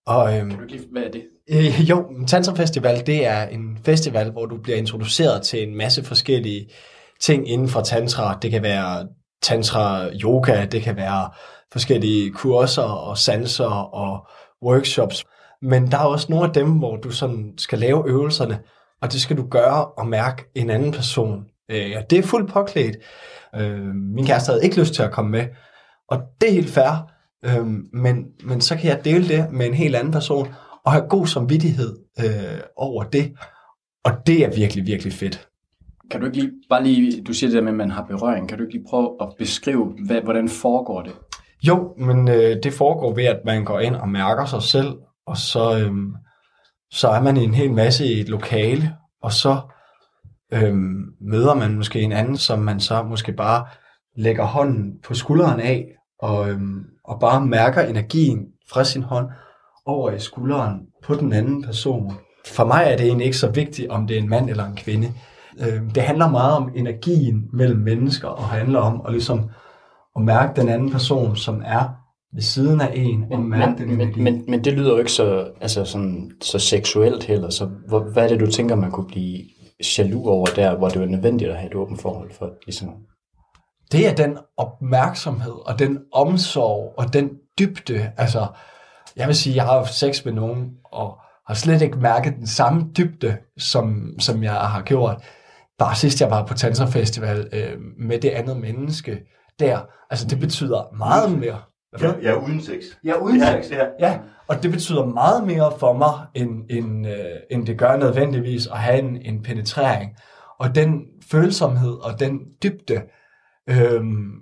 Og, øhm, kan du lige, hvad er det? Øh, jo, Tantra Festival, det er en festival, hvor du bliver introduceret til en masse forskellige ting inden for tantra. Det kan være tantra yoga, det kan være forskellige kurser og sanser og workshops. Men der er også nogle af dem, hvor du sådan skal lave øvelserne, og det skal du gøre og mærke en anden person. Øh, det er fuldt påklædt. Øh, min kæreste havde ikke lyst til at komme med, og det er helt fair. Øh, men, men så kan jeg dele det med en helt anden person, og have god samvittighed øh, over det. Og det er virkelig, virkelig fedt. Kan du ikke lige, bare lige, du siger det der med, at man har berøring. Kan du ikke lige prøve at beskrive, hvad, hvordan foregår det? Jo, men øh, det foregår ved, at man går ind og mærker sig selv, og så, øh, så er man i en hel masse i et lokale, og så øh, møder man måske en anden, som man så måske bare lægger hånden på skulderen af, og, øh, og bare mærker energien fra sin hånd over i skulderen på den anden person. For mig er det egentlig ikke så vigtigt, om det er en mand eller en kvinde. Det handler meget om energien mellem mennesker, og handler om at, ligesom, at mærke den anden person, som er ved siden af en, og men, mærke men, den energi. Men, men, men det lyder jo ikke så, altså sådan, så seksuelt heller. Så hvor, hvad er det, du tænker, man kunne blive jaloux over der, hvor det er nødvendigt at have et åbent forhold for? Ligesom? Det er den opmærksomhed, og den omsorg, og den dybde. Altså, jeg vil sige, jeg har haft sex med nogen, og har slet ikke mærket den samme dybde, som, som jeg har gjort. Bare sidst jeg var på Tantra Festival øh, med det andet menneske der. Altså det betyder meget mere. Ja, ja, uden sex. Ja, uden ja, sex. Ja. Ja, og det betyder meget mere for mig, end, end, øh, end det gør nødvendigvis at have en, en penetrering. Og den følsomhed og den dybde, øh,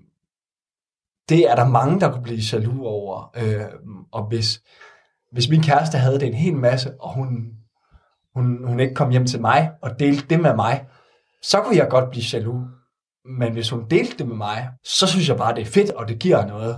det er der mange, der kunne blive jaloux over. Øh, og hvis, hvis min kæreste havde det en hel masse, og hun, hun, hun ikke kom hjem til mig og delte det med mig, så kunne jeg godt blive jaloux. Men hvis hun delte det med mig, så synes jeg bare, det er fedt, og det giver noget.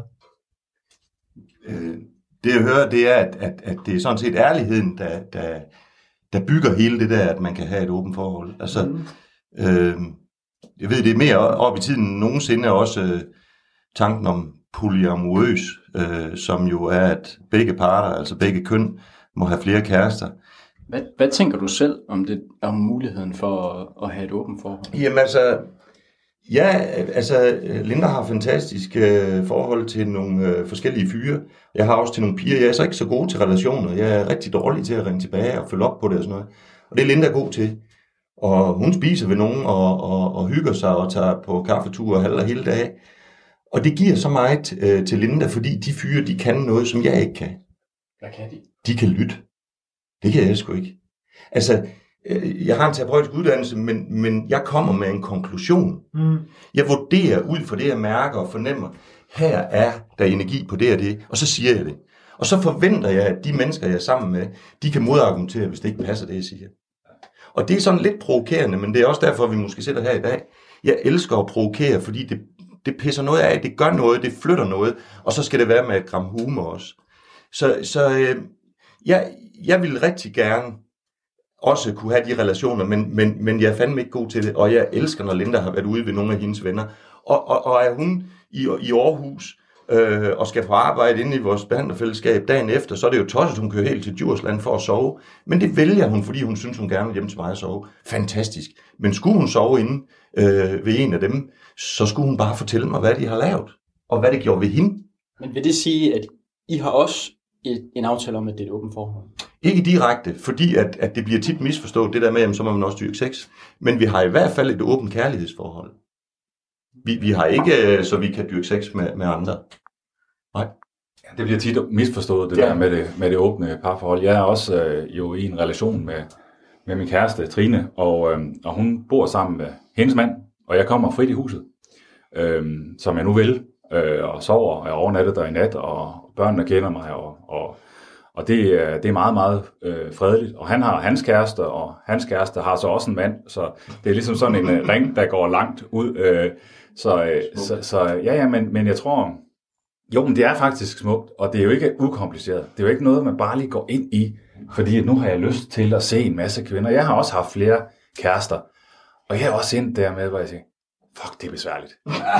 Øh, det jeg hører, det er, at, at, at det er sådan set ærligheden, der, der, der bygger hele det der, at man kan have et åbent forhold. Altså, mm. øh, jeg ved, det er mere op i tiden end nogensinde også øh, tanken om polyamorøs, øh, som jo er, at begge parter, altså begge køn, må have flere kærester. Hvad, hvad tænker du selv om, det, om muligheden for at, at have et åbent forhold? Jamen altså, ja, altså Linda har fantastiske øh, forhold til nogle øh, forskellige fyre. Jeg har også til nogle piger. Jeg er så ikke så god til relationer. Jeg er rigtig dårlig til at ringe tilbage og følge op på det og sådan noget. Og det er Linda god til. Og hun spiser ved nogen og, og, og hygger sig og tager på kaffeture og halver hele dag. Og det giver så meget øh, til Linda, fordi de fyre, de kan noget, som jeg ikke kan. Hvad kan de? De kan lytte. Det kan jeg sgu ikke. Altså, øh, jeg har en terapeutisk uddannelse, men, men jeg kommer med en konklusion. Mm. Jeg vurderer ud fra det, jeg mærker og fornemmer. Her er der energi på det og det, og så siger jeg det. Og så forventer jeg, at de mennesker, jeg er sammen med, de kan modargumentere, hvis det ikke passer det, jeg siger. Og det er sådan lidt provokerende, men det er også derfor, vi måske sidder her i dag. Jeg elsker at provokere, fordi det, det pisser noget af, det gør noget, det flytter noget, og så skal det være med et gram humor også. Så, så øh, jeg, jeg vil rigtig gerne også kunne have de relationer, men, men, men jeg er fandme ikke god til det, og jeg elsker, når Linda har været ude ved nogle af hendes venner. Og, og, og er hun i, i Aarhus øh, og skal på arbejde inde i vores behandlerfællesskab dagen efter, så er det jo tosset, hun kører helt til Djursland for at sove. Men det vælger hun, fordi hun synes, hun gerne vil hjem til mig at sove. Fantastisk. Men skulle hun sove inde øh, ved en af dem, så skulle hun bare fortælle mig, hvad de har lavet, og hvad det gjorde ved hende. Men vil det sige, at I har også et, en aftale om, at det er et åbent forhold? Ikke direkte, fordi at, at det bliver tit misforstået, det der med, at så må man også dyrke sex. Men vi har i hvert fald et åbent kærlighedsforhold. Vi, vi har ikke, så vi kan dyrke sex med, med andre. Nej. Ja, det bliver tit misforstået, det ja. der med det, med det åbne parforhold. Jeg er også øh, jo i en relation med, med min kæreste, Trine, og, øh, og hun bor sammen med hendes mand, og jeg kommer frit i huset, øh, som jeg nu vil, øh, og sover, og jeg overnatter der i nat, og børnene kender mig, og, og, og det, det er meget, meget øh, fredeligt. Og han har hans kæreste, og hans kæreste har så også en mand, så det er ligesom sådan en øh, ring, der går langt ud. Øh, så, øh, så, så ja, ja, men, men jeg tror, jo, men det er faktisk smukt, og det er jo ikke ukompliceret. Det er jo ikke noget, man bare lige går ind i, fordi nu har jeg lyst til at se en masse kvinder. Jeg har også haft flere kærester, og jeg er også ind der med, hvor jeg siger, fuck, det er besværligt.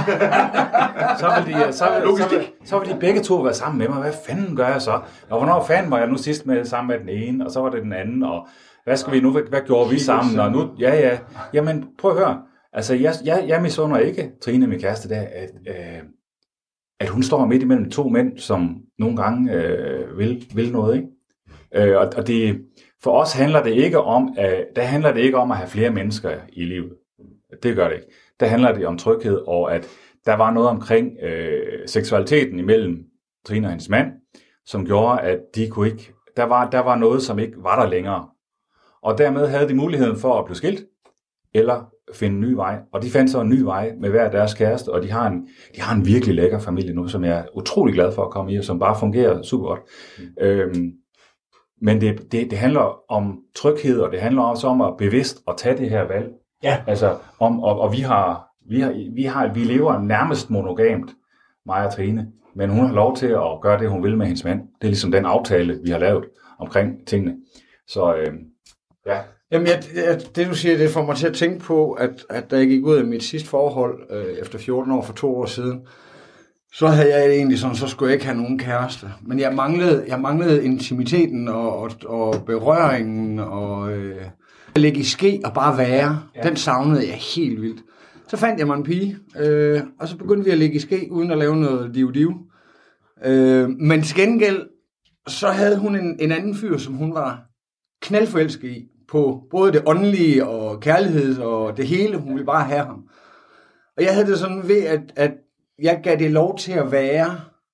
så, vil de, så, vil, så, vil, så vil de begge to være sammen med mig. Hvad fanden gør jeg så? Og hvornår fanden var jeg nu sidst med sammen med den ene, og så var det den anden, og hvad skal vi nu, hvad gjorde vi sammen? Og nu, ja, ja. Jamen, prøv at høre. Altså, jeg, jeg, jeg misunder ikke Trine, min kæreste, der, at, øh, at hun står midt imellem to mænd, som nogle gange øh, vil, vil noget, ikke? Øh, og, og det, for os handler det ikke om, at, der handler det ikke om at have flere mennesker i livet. Det gør det ikke. Der handler det om tryghed, og at der var noget omkring øh, seksualiteten imellem Trine og hendes mand, som gjorde, at de kunne ikke, der var, der var noget, som ikke var der længere. Og dermed havde de muligheden for at blive skilt, eller finde en ny vej. Og de fandt så en ny vej med hver deres kæreste, og de har en, de har en virkelig lækker familie nu, som jeg er utrolig glad for at komme i, og som bare fungerer super godt. Mm. Øhm, men det, det, det handler om tryghed, og det handler også om at bevidst at tage det her valg. Ja. Altså, om, og, og vi har, vi har, vi har, vi lever nærmest monogamt, mig og Trine, men hun har lov til at gøre det, hun vil med hendes mand. Det er ligesom den aftale, vi har lavet omkring tingene. Så, øh, ja. Jamen, jeg, jeg, det du siger, det får mig til at tænke på, at, at da jeg gik ud af mit sidste forhold, øh, efter fjorten år for to år siden, så havde jeg egentlig sådan, så skulle jeg ikke have nogen kæreste. Men jeg manglede, jeg manglede intimiteten og, og, og berøringen og øh, at ligge i ske og bare være. Ja. Den savnede jeg helt vildt. Så fandt jeg mig en pige, øh, og så begyndte vi at ligge i ske, uden at lave noget div-div. Øh, men til gengæld, så havde hun en, en anden fyr, som hun var knaldforelsket i, på både det åndelige og kærlighed og det hele. Hun ville bare have ham. Og jeg havde det sådan ved, at, at jeg gav det lov til at være.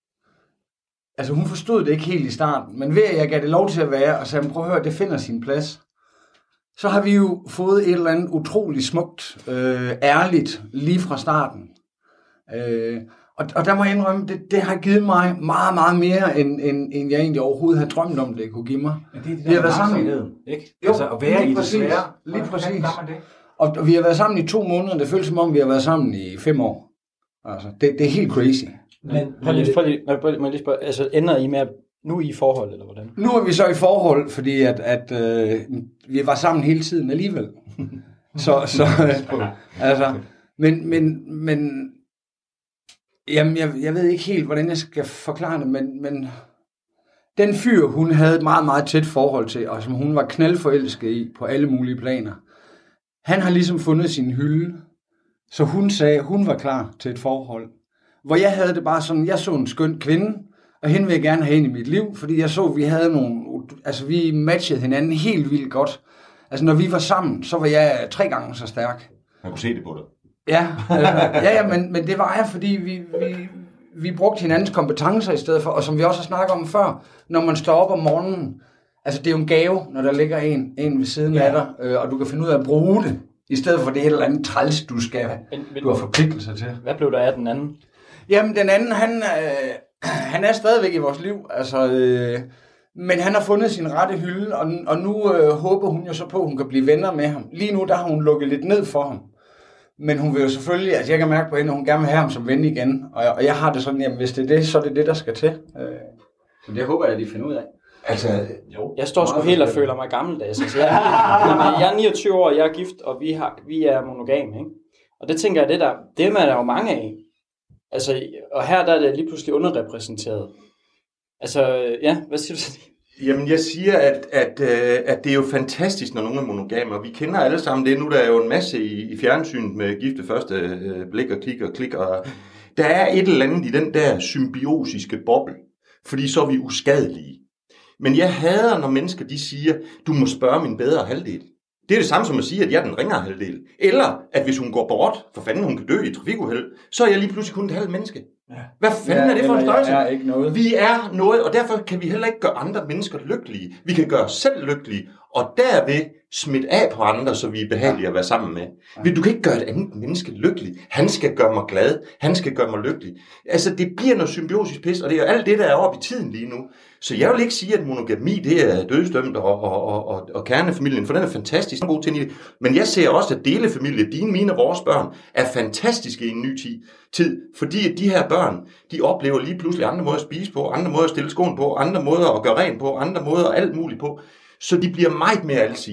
Altså hun forstod det ikke helt i starten, men ved at jeg gav det lov til at være, og sagde, prøv at høre, det finder sin plads. Så har vi jo fået et eller andet utroligt smukt, øh, ærligt, lige fra starten. Øh, og, og der må jeg indrømme, det, det har givet mig meget, meget mere, end, end, end jeg egentlig overhovedet havde drømt om, det kunne give mig. Ja, det er det vi har været sammen, ikke? Jo, altså at være i det svære. Lige præcis. Og, og vi har været sammen i to måneder, det føles som om, vi har været sammen i fem år. Altså, det, det er helt crazy. Men prøv lige, prøv lige, prøv lige spørge, altså ender I med at nu er I i forhold, eller hvordan? Nu er vi så i forhold, fordi at, at øh, vi var sammen hele tiden alligevel. så, så øh, altså, men, men, men, jamen, jeg, jeg ved ikke helt, hvordan jeg skal forklare det, men, men den fyr, hun havde et meget, meget tæt forhold til, og som hun var knaldforelsket i på alle mulige planer, han har ligesom fundet sin hylde, så hun sagde, hun var klar til et forhold. Hvor jeg havde det bare sådan, jeg så en skøn kvinde, og hende vil jeg gerne have ind i mit liv, fordi jeg så, at vi havde nogle, altså vi matchede hinanden helt vildt godt. Altså når vi var sammen, så var jeg tre gange så stærk. Man kunne se det på dig. Ja, altså, ja, ja men, men det var jeg, fordi vi, vi, vi brugte hinandens kompetencer i stedet for, og som vi også har snakket om før, når man står op om morgenen, altså det er jo en gave, når der ligger en, en ved siden ja. af dig, øh, og du kan finde ud af at bruge det, i stedet for det et eller andet træls, du skal, men, men, du har forpligtelser til. Hvad blev der af den anden? Jamen den anden, han, øh, han er stadigvæk i vores liv, altså, øh, men han har fundet sin rette hylde, og, og nu øh, håber hun jo så på, at hun kan blive venner med ham. Lige nu der har hun lukket lidt ned for ham. Men hun vil jo selvfølgelig, altså jeg kan mærke på hende, at hun gerne vil have ham som ven igen. Og jeg, og jeg har det sådan, jamen hvis det er det, så er det det, der skal til. Øh, så det håber jeg, at de finder ud af. Altså, jo. Jeg står sgu helt og føler mig gammeldags. Altså, jeg, jamen, jeg er niogtyve år, jeg er gift, og vi, har, vi er monogame, ikke? Og det tænker jeg, det der, det er der jo mange af. Altså, og her der er det lige pludselig underrepræsenteret. Altså, ja, hvad siger du så? Jamen, jeg siger, at, at, at det er jo fantastisk, når nogen er monogame, og vi kender alle sammen det. Nu der er jo en masse i, i fjernsynet med gifte første øh, blik og klik og klik, og der er et eller andet i den der symbiosiske boble, fordi så er vi uskadelige. Men jeg hader, når mennesker de siger, du må spørge min bedre halvdel. Det er det samme som at sige, at jeg er den ringere halvdel. Eller at hvis hun går bort, for fanden hun kan dø i trafikuheld, så er jeg lige pludselig kun et halvt menneske. Ja. Hvad fanden ja, er det for en størrelse? Vi er noget, og derfor kan vi heller ikke gøre andre mennesker lykkelige. Vi kan gøre os selv lykkelige, og derved smitte af på andre, så vi er behagelige at være sammen med. Ja. Du kan ikke gøre et andet menneske lykkelig. Han skal gøre mig glad. Han skal gøre mig lykkelig. Altså, det bliver noget symbiosisk pis, og det er jo alt det, der er oppe i tiden lige nu. Så jeg vil ikke sige, at monogami, det er dødsdømt, og, og, og, og, og kernefamilien, for den er fantastisk, en god ting i det. Men jeg ser også, at delefamilie, dine, mine og vores børn, er fantastiske i en ny tid. Fordi at de her børn, de oplever lige pludselig andre måder at spise på, andre måder at stille skoen på, andre måder at gøre rent på, andre måder alt muligt på. Så de bliver meget mere alsidige.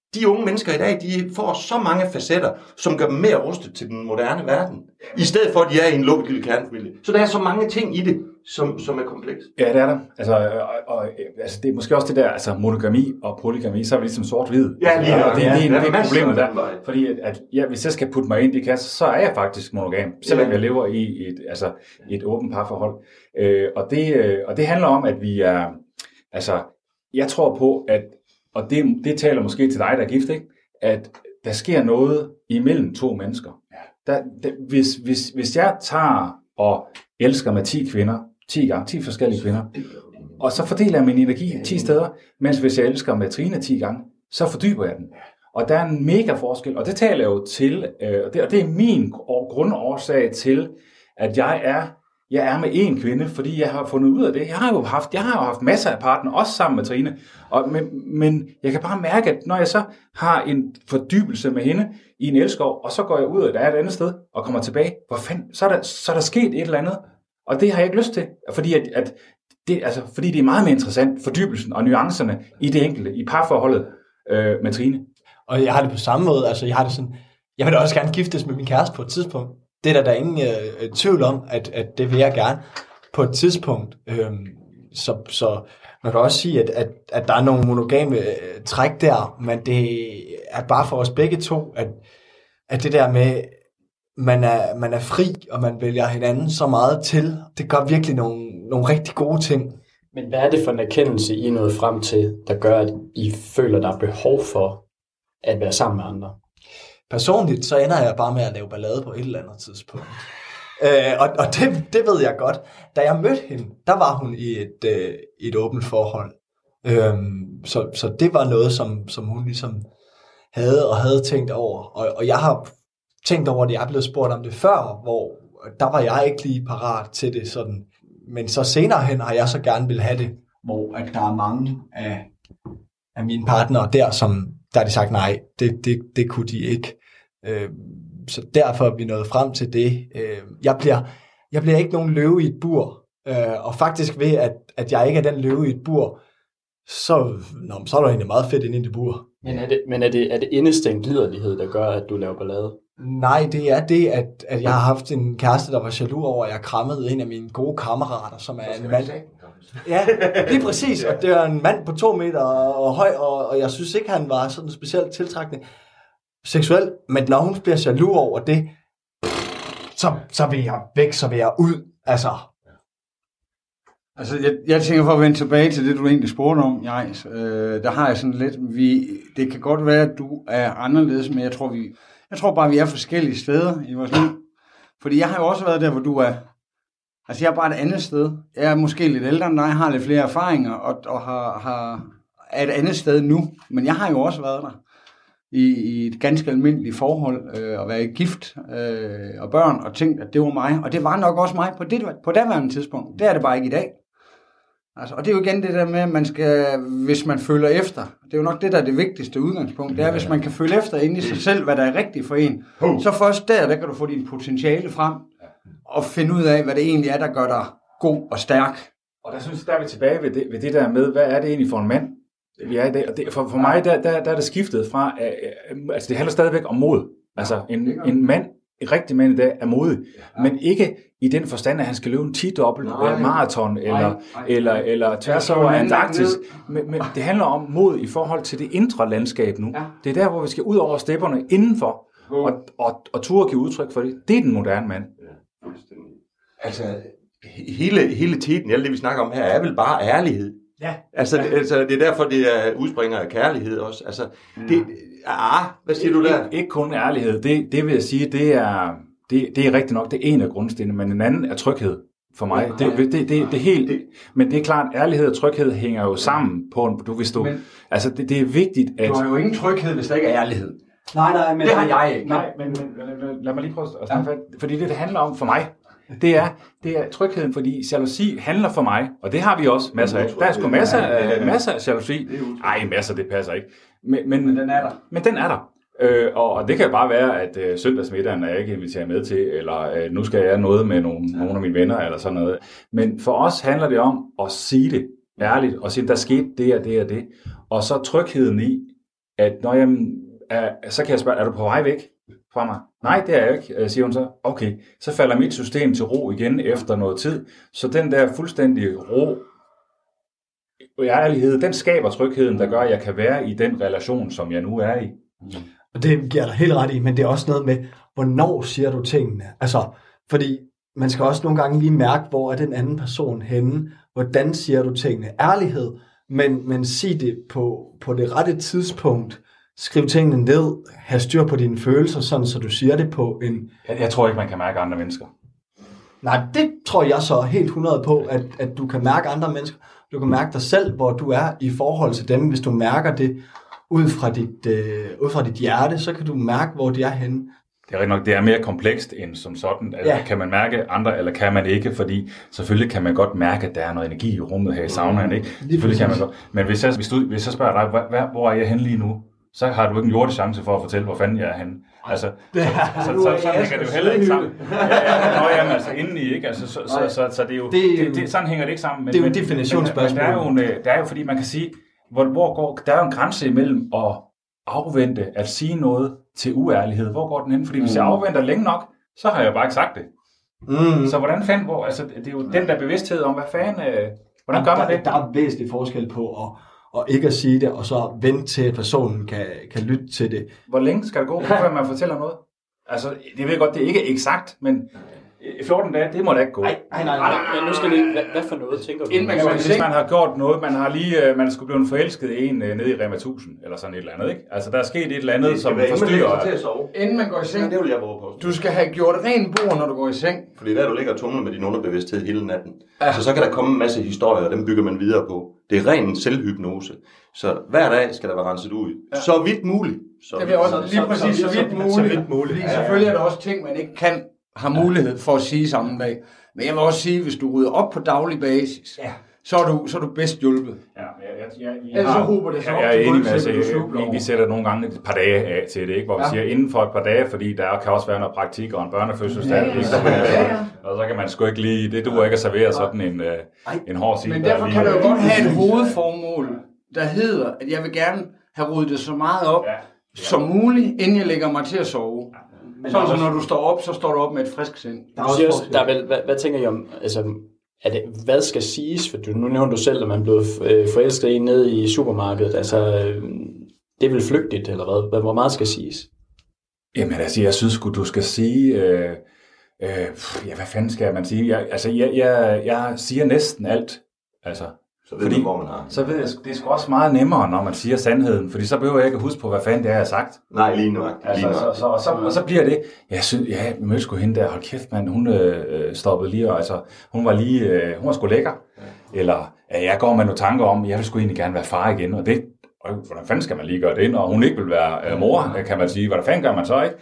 de unge mennesker i dag, de får så mange facetter, som gør dem mere rustet til den moderne verden. I stedet for, at de er i en lukket lille kernefamilie. Så der er så mange ting i det, som, som er komplekst. Ja, det er der. Altså, og, og, altså, det er måske også det der, altså monogami og polygami, så er vi ligesom sort-hvid. Ja, lige og det, ja, det, det, ja, det er problemet der. der. Fordi at, at ja, hvis jeg skal putte mig ind i kasser, så er jeg faktisk monogam, selvom ja. jeg lever i et, altså, et åbent parforhold. Øh, og, det, øh, og det handler om, at vi er, altså, jeg tror på, at, og det, det taler måske til dig, der er gift, ikke? At der sker noget imellem to mennesker. Der, der, hvis, hvis, hvis jeg tager og elsker med ti kvinder, ti gange, ti forskellige kvinder, og så fordeler jeg min energi ti steder, mens hvis jeg elsker med Trine ti gange, så fordyber jeg den. Og der er en mega forskel, og det taler jo til, øh, og, det, og det er min grundårsag til, at jeg er Jeg er med én kvinde, fordi jeg har fundet ud af det. Jeg har jo haft, jeg har jo haft masser af partner, også sammen med Trine. Og, men, men jeg kan bare mærke, at når jeg så har en fordybelse med hende i en elskov, og så går jeg ud, og der er et andet sted, og kommer tilbage, hvor fanden, så er der, så er der sket et eller andet. Og det har jeg ikke lyst til, fordi, at, at det, altså, fordi det er meget mere interessant, fordybelsen og nuancerne i det enkelte, i parforholdet øh, med Trine. Og jeg har det på samme måde, altså jeg har det sådan, jeg vil da også gerne giftes med min kæreste på et tidspunkt. Det er der, der er ingen øh, tvivl om, at, at det vil jeg gerne på et tidspunkt. Øhm, så, så man kan også sige, at, at, at der er nogle monogame øh, træk der, men det er bare for os begge to, at, at det der med, man er, man er fri, og man vælger hinanden så meget til, det gør virkelig nogle, nogle rigtig gode ting. Men hvad er det for en erkendelse, I er nået frem til, der gør, at I føler, der er behov for at være sammen med andre? Personligt, så ender jeg bare med at lave ballade på et eller andet tidspunkt. Øh, og og det, det ved jeg godt. Da jeg mødte hende, der var hun i et, øh, et åbent forhold. Øh, så, så det var noget, som, som hun ligesom havde og havde tænkt over. Og, og jeg har tænkt over det, jeg er blevet spurgt om det før, hvor der var jeg ikke lige parat til det sådan. Men så senere hen har jeg så gerne vil have det, hvor at der er mange af, af mine partnere der, som der har de sagt nej, det, det, det kunne de ikke. Øh, så derfor er vi nået frem til det. Øh, jeg, bliver, jeg bliver ikke nogen løve i et bur, øh, og faktisk ved, at, at jeg ikke er den løve i et bur, så, nå, så er der egentlig meget fedt inde i det bur. Men er det, men er det, er det indestængt liderlighed, der gør, at du laver ballade? Nej, det er det, at, at jeg har haft en kæreste, der var jaloux over, at jeg krammede en af mine gode kammerater, som er en mand. Ja, lige præcis. Og det er en mand på to meter og høj, og, og jeg synes ikke, han var sådan specielt tiltrækkende seksuelt. Men når hun bliver jaloux over det, så, så vil jeg væk, så vil jeg ud. Altså, altså jeg, jeg tænker for at vende tilbage til det, du egentlig spurgte om, Jais. Øh, der har jeg sådan lidt, vi, det kan godt være, at du er anderledes, men jeg tror, vi, jeg tror bare, vi er forskellige steder i vores liv. Fordi jeg har jo også været der, hvor du er. Altså, jeg er bare et andet sted. Jeg er måske lidt ældre end dig, har lidt flere erfaringer, og, og har, har, er et andet sted nu. Men jeg har jo også været der i, i et ganske almindeligt forhold, øh, at være gift øh, og børn, og tænkt, at det var mig. Og det var nok også mig på det på daværende tidspunkt. Det er det bare ikke i dag. Altså, og det er jo igen det der med, at man skal, hvis man følger efter, det er jo nok det, der er det vigtigste udgangspunkt, det er, hvis man kan følge efter inde i sig selv, hvad der er rigtigt for en, så først der, der kan du få din potentiale frem, og finde ud af, hvad det egentlig er, der gør dig god og stærk. Og der synes jeg, der er vi tilbage ved det, ved det der med, hvad er det egentlig for en mand, vi er i dag? Og det, for, for mig, der, der, der er det skiftet fra, øh, altså det handler stadigvæk om mod. Altså en, en mand, en rigtig mand i dag er modig, men ikke i den forstand, at han skal løbe en ti-dobbelt maraton, eller, nej, nej, eller, eller tværs over Antarktis. Men, men det handler om mod i forhold til det indre landskab nu. Ja. Det er der, hvor vi skal ud over stepperne indenfor, og, og, og turde give udtryk for det. Det er den moderne mand. Ja, altså, hele, hele tiden, alt det vi snakker om her, er vel bare ærlighed. Ja. Altså, ja. Altså, det er derfor, det er udspringer af kærlighed også. Altså, det, ah, hvad siger du der? Ikke, ikke kun ærlighed. Det, det vil jeg sige, det er, det, det er rigtigt nok, det er en af grundstenene, men en anden er tryghed for mig. Ja, det, det, det, det, det helt, det, men det er klart, ærlighed og tryghed hænger jo sammen på en, du hvis du, men, altså det, det er vigtigt, at... Du har jo ingen tryghed, hvis der ikke er ærlighed. Nej, nej, men det har jeg ikke. Nej, men, men lad mig lige prøve at snakke, ja. Fordi det, det handler om for mig, det er, det er trygheden, fordi jalousi handler for mig, og det har vi også masser af. Der er sgu masser af, masser af jalousi. Ej, masser, det passer ikke. Men, men, men den er der. Men den er der. Øh, og, og det kan bare være, at øh, søndagsmiddagen er jeg ikke inviteret med til, eller øh, nu skal jeg noget med nogle, ja. nogle af mine venner, eller sådan noget. Men for os handler det om at sige det ærligt, og sige, der skete det og det og det. Og så trygheden i, at når jeg, er, så kan jeg spørge, er du på vej væk fra mig? Nej, det er jeg ikke, siger hun så. Okay, så falder mit system til ro igen efter noget tid. Så den der fuldstændige ro og ærlighed, den skaber trygheden, der gør, at jeg kan være i den relation, som jeg nu er i. Og det giver dig helt ret i, men det er også noget med, hvornår siger du tingene? Altså, fordi man skal også nogle gange lige mærke, hvor er den anden person henne? Hvordan siger du tingene? Ærlighed, men, men sig det på, på det rette tidspunkt. Skriv tingene ned. Have styr på dine følelser, sådan så du siger det på en... Jeg, jeg tror ikke, man kan mærke andre mennesker. Nej, det tror jeg så helt hundrede på, at, at du kan mærke andre mennesker. Du kan mærke dig selv, hvor du er i forhold til dem. Hvis du mærker det ud fra dit, øh, ud fra dit hjerte, så kan du mærke, hvor de er henne. Det er rigtig nok, det er mere komplekst end som sådan. Altså, Ja. Kan man mærke andre, eller kan man ikke? Fordi selvfølgelig kan man godt mærke, at der er noget energi i rummet her i saunaen, ikke? Selvfølgelig kan man godt. Men hvis jeg, hvis du, hvis jeg spørger dig, hvad, hvad, hvor er jeg henne lige nu? Så har du ikke en jordisk chance for at fortælle, hvor fanden jeg er henne. Altså, så, så, så, så, så hænger det jo heller ikke sammen. Ja, ja, nå, jamen, altså indeni, ikke? Altså, så, så, så, så det er jo, Det er jo- det, det, sådan hænger det ikke sammen. Men, det er jo men- et definitionsspørgsmål. Men, men der, er jo en, der er jo, fordi man kan sige, hvor, hvor går, der er jo en grænse imellem at afvente at sige noget til uærlighed. Hvor går den hen? Fordi hvis jeg afventer længe nok, så har jeg bare ikke sagt det. Mm. Så hvordan fanden, hvor, altså det er jo den der bevidsthed om, hvad fanden, øh, hvordan gør man der, det? Der er væsentlig forskel på at, at ikke at sige det, og så vente til, at personen kan, kan lytte til det. Hvor længe skal det gå, før man fortæller noget? Altså, det ved jeg godt, det er ikke eksakt, men fjorten dage, det må da ikke gå. Nej, nej, nej. nej. Men nu skal det, hvad, hvad for noget tænker du? Inden man Ja, går i hvis seng. man har gjort noget, man har lige, øh, man skulle blive forelsket i en øh, nede i Rema tusind, eller sådan et eller andet, ikke? Altså, der er sket et eller andet, som forstyrrer. til at sove. Inden man går i seng. Ja, det vil jeg våge på. Du skal have gjort ren bord, når du går i seng. Fordi der du ligger og tumler med din underbevidsthed hele natten. Ja. Så så kan der komme en masse historier, og dem bygger man videre på. Det er ren selvhypnose. Så hver dag skal der være renset ud. Ja. Så vidt muligt. Så Det vil jeg også Så- lige så- præcis så- så så- vidt så muligt. vidt muligt. Fordi Ja, ja. selvfølgelig er der også ting, man ikke kan have mulighed for at sige samme dag. Men jeg vil også sige, hvis du rydder op på daglig basis, Ja. så er du, så er du bedst hjulpet. Ja, jeg, jeg, jeg, jeg, Ellers så har- hober det sig jeg, op jeg er til enig med, gulvet, altså, så du snubler vi, over. vi sætter nogle gange et par dage af til det, ikke? Hvor vi Ja. siger inden for et par dage, fordi der kan også være noget praktik og en børnefødselsdag, Ja, ja, ikke? ja, ja. Og så kan man sgu ikke lige, det duer ikke at servere sådan en, øh, en hård side. Men der derfor lige- kan du jo godt have et hovedformål, der hedder, at jeg vil gerne have ryddet det så meget op Ja. som muligt, inden jeg lægger mig til at sove. Men Sådan der er så også- når du står op, så står du op med et frisk sind. Der er Du også siger også, forskel. der er vel, hvad, hvad tænker I om, altså, er det, hvad skal siges? For du, nu nævner du selv, at man blev øh, forelsket i en nede i supermarkedet. Altså, øh, det er vel flygtigt, eller hvad? Hvad- Hvor meget skal siges? Jamen altså, jeg synes sgu, du skal sige, øh, øh, pff, ja, hvad fanden skal man sige? Jeg, altså, jeg, jeg, jeg siger næsten alt, altså. Så ved Fordi- du, hvor man har. Så ved jeg, det er sgu også meget nemmere, når man siger sandheden, fordi så behøver jeg ikke at huske på, hvad fanden det er, jeg har sagt. Nej, lige nok. Altså, Lige så, nok. så, og, så, og så bliver det, jeg synes, ja, jeg mødte sgu hende der, hold kæft mand, hun øh, stoppede lige, og, altså, hun var lige, øh, hun var sgu lækker. Eller, ja, jeg går med nogle tanker om, jeg vil sgu egentlig gerne være far igen, og det, og hvordan fanden skal man lige gøre det, når hun ikke vil være øh, mor, kan man sige, hvordan fanden gør man så, ikke?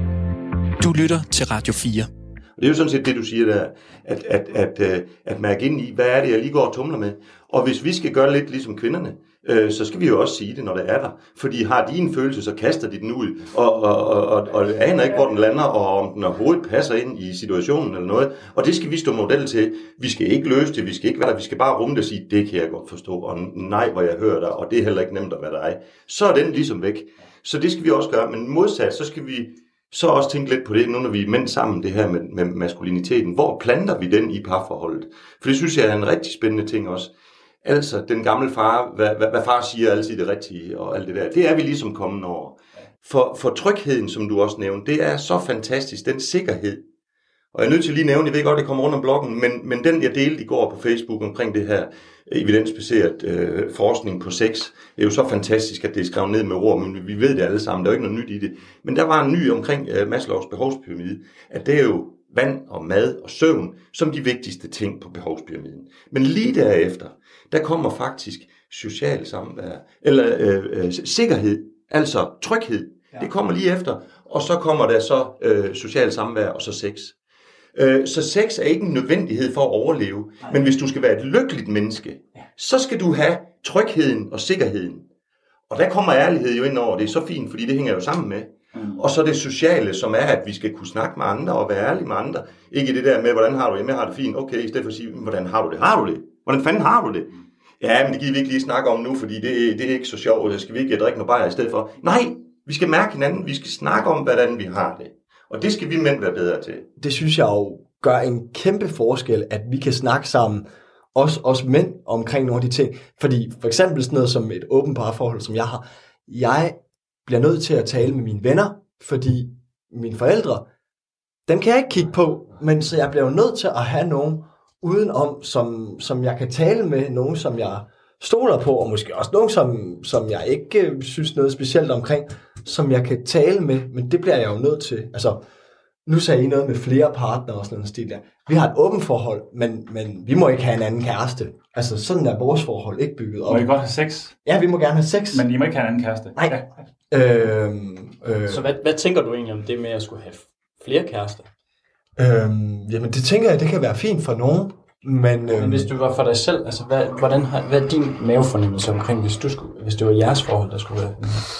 Du lytter til Radio fire. Og det er jo sådan set det, du siger der, at, at, at, at, at mærke ind i, hvad er det, jeg lige går og tumler med. Og hvis vi skal gøre lidt ligesom kvinderne, øh, så skal vi jo også sige det, når det er der. Fordi har de en følelse, så kaster de den ud, og, og, og, og, og aner ikke, hvor den lander, og om den overhovedet passer ind i situationen eller noget. Og det skal vi stå model til. Vi skal ikke løse det, vi skal ikke være der, vi skal bare rumme det og sige, det kan jeg godt forstå, og nej, hvor jeg hører dig, og det er heller ikke nemt at være dig. Så er den ligesom væk. Så det skal vi også gøre, men modsat, så skal vi så også tænke lidt på det, nu når vi er mænd sammen, det her med, med maskuliniteten. Hvor planter vi den i parforholdet? For det synes jeg er en rigtig spændende ting også. Altså, den gamle far, hvad, hvad, hvad far siger, altid det rigtige og alt det der, det er vi ligesom kommende over. For, for trygheden, som du også nævnte, det er så fantastisk, den sikkerhed. Og jeg er nødt til lige at nævne, jeg ved godt, det kommer rundt om bloggen, men, men den jeg delte i går på Facebook omkring det her evidensbaseret øh, forskning på sex, det er jo så fantastisk, at det er skrevet ned med ord, men vi ved det alle sammen, der er jo ikke noget nyt i det. Men der var en ny omkring øh, Maslows behovspyramide, at det er jo vand og mad og søvn som de vigtigste ting på behovspyramiden. Men lige derefter, der kommer faktisk social samvær, eller øh, øh, sikkerhed, altså tryghed. Ja. Det kommer lige efter, og så kommer der så øh, social samvær og så sex. Øh, så sex er ikke en nødvendighed for at overleve, nej, men hvis du skal være et lykkeligt menneske, ja, så skal du have trygheden og sikkerheden. Og der kommer ærlighed jo ind over, det er så fint, fordi det hænger jo sammen med. Mm. Og så det sociale, som er, at vi skal kunne snakke med andre og være ærlige med andre. Ikke det der med, hvordan har du det, jeg har det fint, okay, i stedet for at sige, hvordan har du det, har du det? Hvordan fanden har du det? Ja, men det giver vi ikke lige snakke om nu, fordi det, det er ikke så sjovt. Det skal vi ikke drikke noget bajer i stedet for. Nej, vi skal mærke hinanden. Vi skal snakke om, hvordan vi har det. Og det skal vi mænd være bedre til. Det synes jeg jo gør en kæmpe forskel, at vi kan snakke sammen, os, os mænd, omkring nogle af de ting. Fordi for eksempel sådan noget som et åbent parforhold, som jeg har. Jeg bliver nødt til at tale med mine venner, fordi mine forældre, dem kan jeg ikke kigge på, men så jeg bliver nødt til at have nogen udenom, som, som jeg kan tale med, nogen som jeg stoler på, og måske også nogen, som, som jeg ikke synes noget specielt omkring, som jeg kan tale med, men det bliver jeg jo nødt til. Altså, nu sagde I noget med flere partnere og sådan noget stil der. Vi har et åbent forhold, men, men vi må ikke have en anden kæreste. Altså, sådan er vores forhold ikke bygget op. Må I godt have sex? Ja, vi må gerne have sex. Men I må ikke have en anden kæreste? Nej. Øhm, øh, Så hvad, hvad tænker du egentlig om det med at skulle have flere kærester? Øhm, jamen, det tænker jeg, det kan være fint for nogen. Men, øhm, men hvis du var for dig selv, altså hvad, hvordan har, hvad er din mavefornemmelse omkring, hvis, du skulle, hvis det var jeres forhold, der skulle være?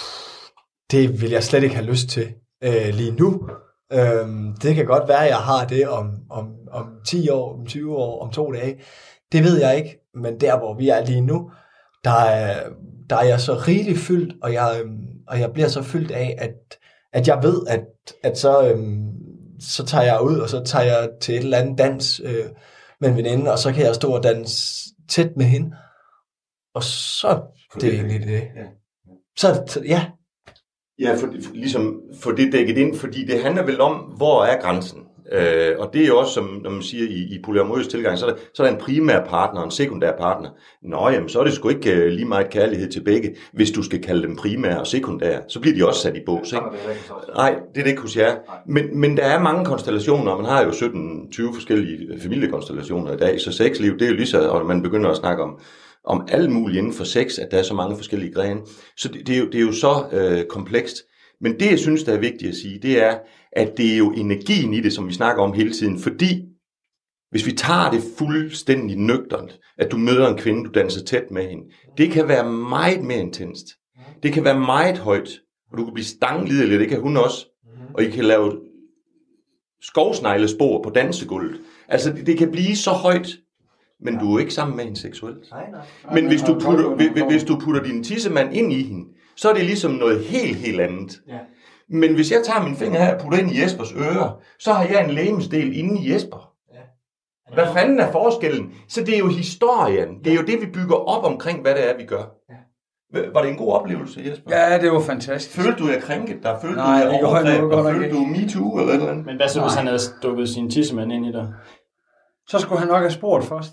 Det vil jeg slet ikke have lyst til øh, lige nu. Øhm, det kan godt være, at jeg har det om, om, om ti år, om tyve år, om to dage. Det ved jeg ikke, men der hvor vi er lige nu, der er, der er jeg så rigeligt fyldt, og jeg, og jeg bliver så fyldt af, at, at jeg ved, at, at så, øhm, så tager jeg ud, og så tager jeg til et eller andet dans øh, med en veninde, og så kan jeg stå og danse tæt med hende. Og så det er egentlig det. Så ja. Ja, for, ligesom få det dækket ind, fordi det handler vel om, hvor er grænsen. Øh, og det er jo også, som når man siger i, i polyamorøs tilgang, så er, der, så er der en primær partner og en sekundær partner. Nå, jamen, så er det sgu ikke uh, lige meget kærlighed til begge, hvis du skal kalde dem primær og sekundær. Så bliver de også sat i bås, ikke? Nej, det er det ikke hos jer. Men, men der er mange konstellationer, og man har jo sytten tyve forskellige familiekonstellationer i dag, så sexliv, det er jo lige så, og man begynder at snakke om, om alt muligt inden for sex, at der er så mange forskellige grene. Så det, det, er, jo, det er jo så øh, komplekst. Men det, jeg synes, der er vigtigt at sige, det er, at det er jo energien i det, som vi snakker om hele tiden. Fordi hvis vi tager det fuldstændig nøgternt, at du møder en kvinde, du danser tæt med hende, det kan være meget mere intenst. Det kan være meget højt, og du kan blive stanglidelig, det kan hun også. Og I kan lave skovsneglespor på dansegulvet. Altså, det, det kan blive så højt, men du er ikke sammen med hende seksuelt. Men hvis du putter, hvis du putter din tissemand ind i hende, så er det ligesom noget helt, helt andet. Ja. Men hvis jeg tager min finger her og putter ind i Jespers øre, så har jeg en legemsdel inde i Jesper. Ja. Hvad fanden er forskellen? Så det er jo historien. Det er jo det, vi bygger op omkring, hvad det er, vi gør. Ja. Var det en god oplevelse, Jesper? Ja, det var fantastisk. Følte du, jeg krænket dig? Følte Nej, du, jeg overgreb? Følte ikke. du MeToo eller et eller andet? Men hvad så, hvis han havde stukket sin tissemand ind i dig? Så skulle han nok have spurgt først.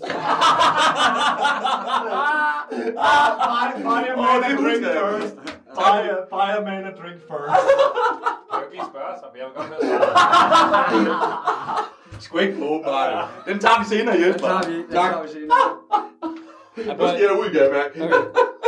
Buy a man a drink first. Jeg vil lige spørge sig, men jeg vil godt være så. Sgu ikke på åbenbart. Den tager vi senere, Jesper. Den tager vi, den tager vi senere. Nu skal jeg ud, kan jeg mærke. Okay.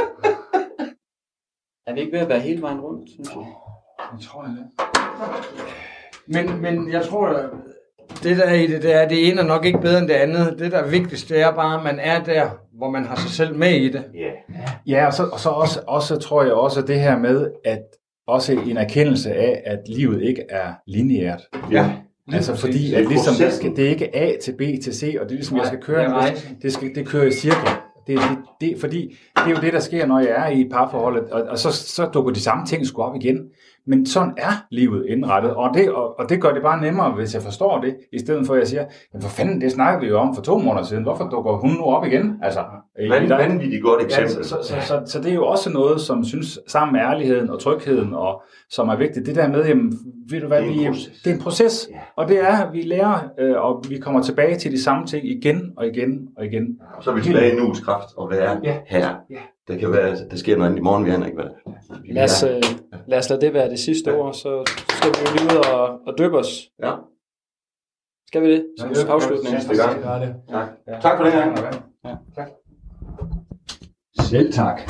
Er vi ikke ved at være hele vejen rundt, synes jeg? Jeg tror jeg det. Men, men jeg tror, at det der i det, det er, det ene er nok ikke bedre end det andet. Det der er vigtigst, det er bare, at man er der, hvor man har sig selv med i det. Yeah. Ja, og så, og så også, også tror jeg også det her med, at også en erkendelse af, at livet ikke er lineært. Ja. Altså fordi, at ligesom det, skal, det er ikke A til B til C, og det er ligesom, jeg skal køre, det, det, skal, det kører i cirkler. Det, det, det, fordi det er jo det, der sker, når jeg er i et parforhold, og, og så, så dukker de samme ting sgu op igen. Men sådan er livet indrettet, og det, og, og det gør det bare nemmere, hvis jeg forstår det, i stedet for at jeg siger, jamen for fanden, det snakker vi jo om for to måneder siden, hvorfor dukker hun nu op igen? Altså, vanvittigt godt eksempel. Ja, så, så, så, så, så det er jo også noget, som synes, sammen med ærligheden og trygheden, og som er vigtigt, det der med, jamen, ved du hvad, det er en, vi, det er en proces, ja. Og det er, vi lærer, øh, og vi kommer tilbage til de samme ting igen og igen og igen. Og så er vi tilbage i nuets kraft og være ja. Her. Ja. Det kan være, der sker noget i morgen, vi aner ikke, hvad det er. Lad os, øh, lad os lade det være det sidste ord, så skal vi jo lige ud og, og dyppe os. Ja. Skal vi det? Skal vi afslutte den? Sidste gang. Tak. Ja. Tak for det her. Ja. Tak. Selv tak.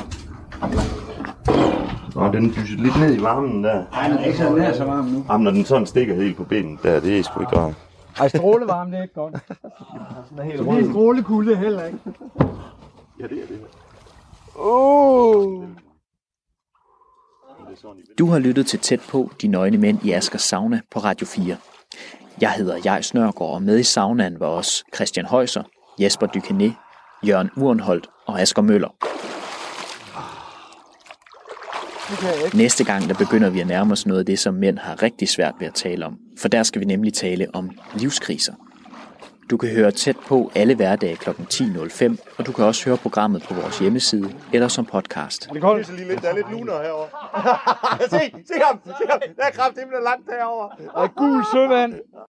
Nå, den dyser lidt ned i varmen der. Nej, den er ikke så nær så varm nu. Jamen, når den sådan stikker helt på benet der, det er sgu ikke rart. Ej, strålevarme, det er ikke godt. Så det er strålekulde heller ikke. Ja, det er det. Oh. Du har lyttet til Tæt på, de nøgne mænd i Askers Sauna på Radio fire. Jeg hedder Jais Nørgaard, og med i saunaen var også Christian Højser, Jesper Duquesne Jørgen Urenholdt og Asger Møller. Næste gang der begynder vi at nærme os noget af det, som mænd har rigtig svært ved at tale om. For der skal vi nemlig tale om livskriser. Du kan høre Tæt på alle hverdage klokken ti nul fem, og du kan også høre programmet på vores hjemmeside eller som podcast. Det koldt. Lige lidt, der er lidt lunere herovre. se, se ham, se ham. Der er kraftedeme langt herovre. Og gul sømand.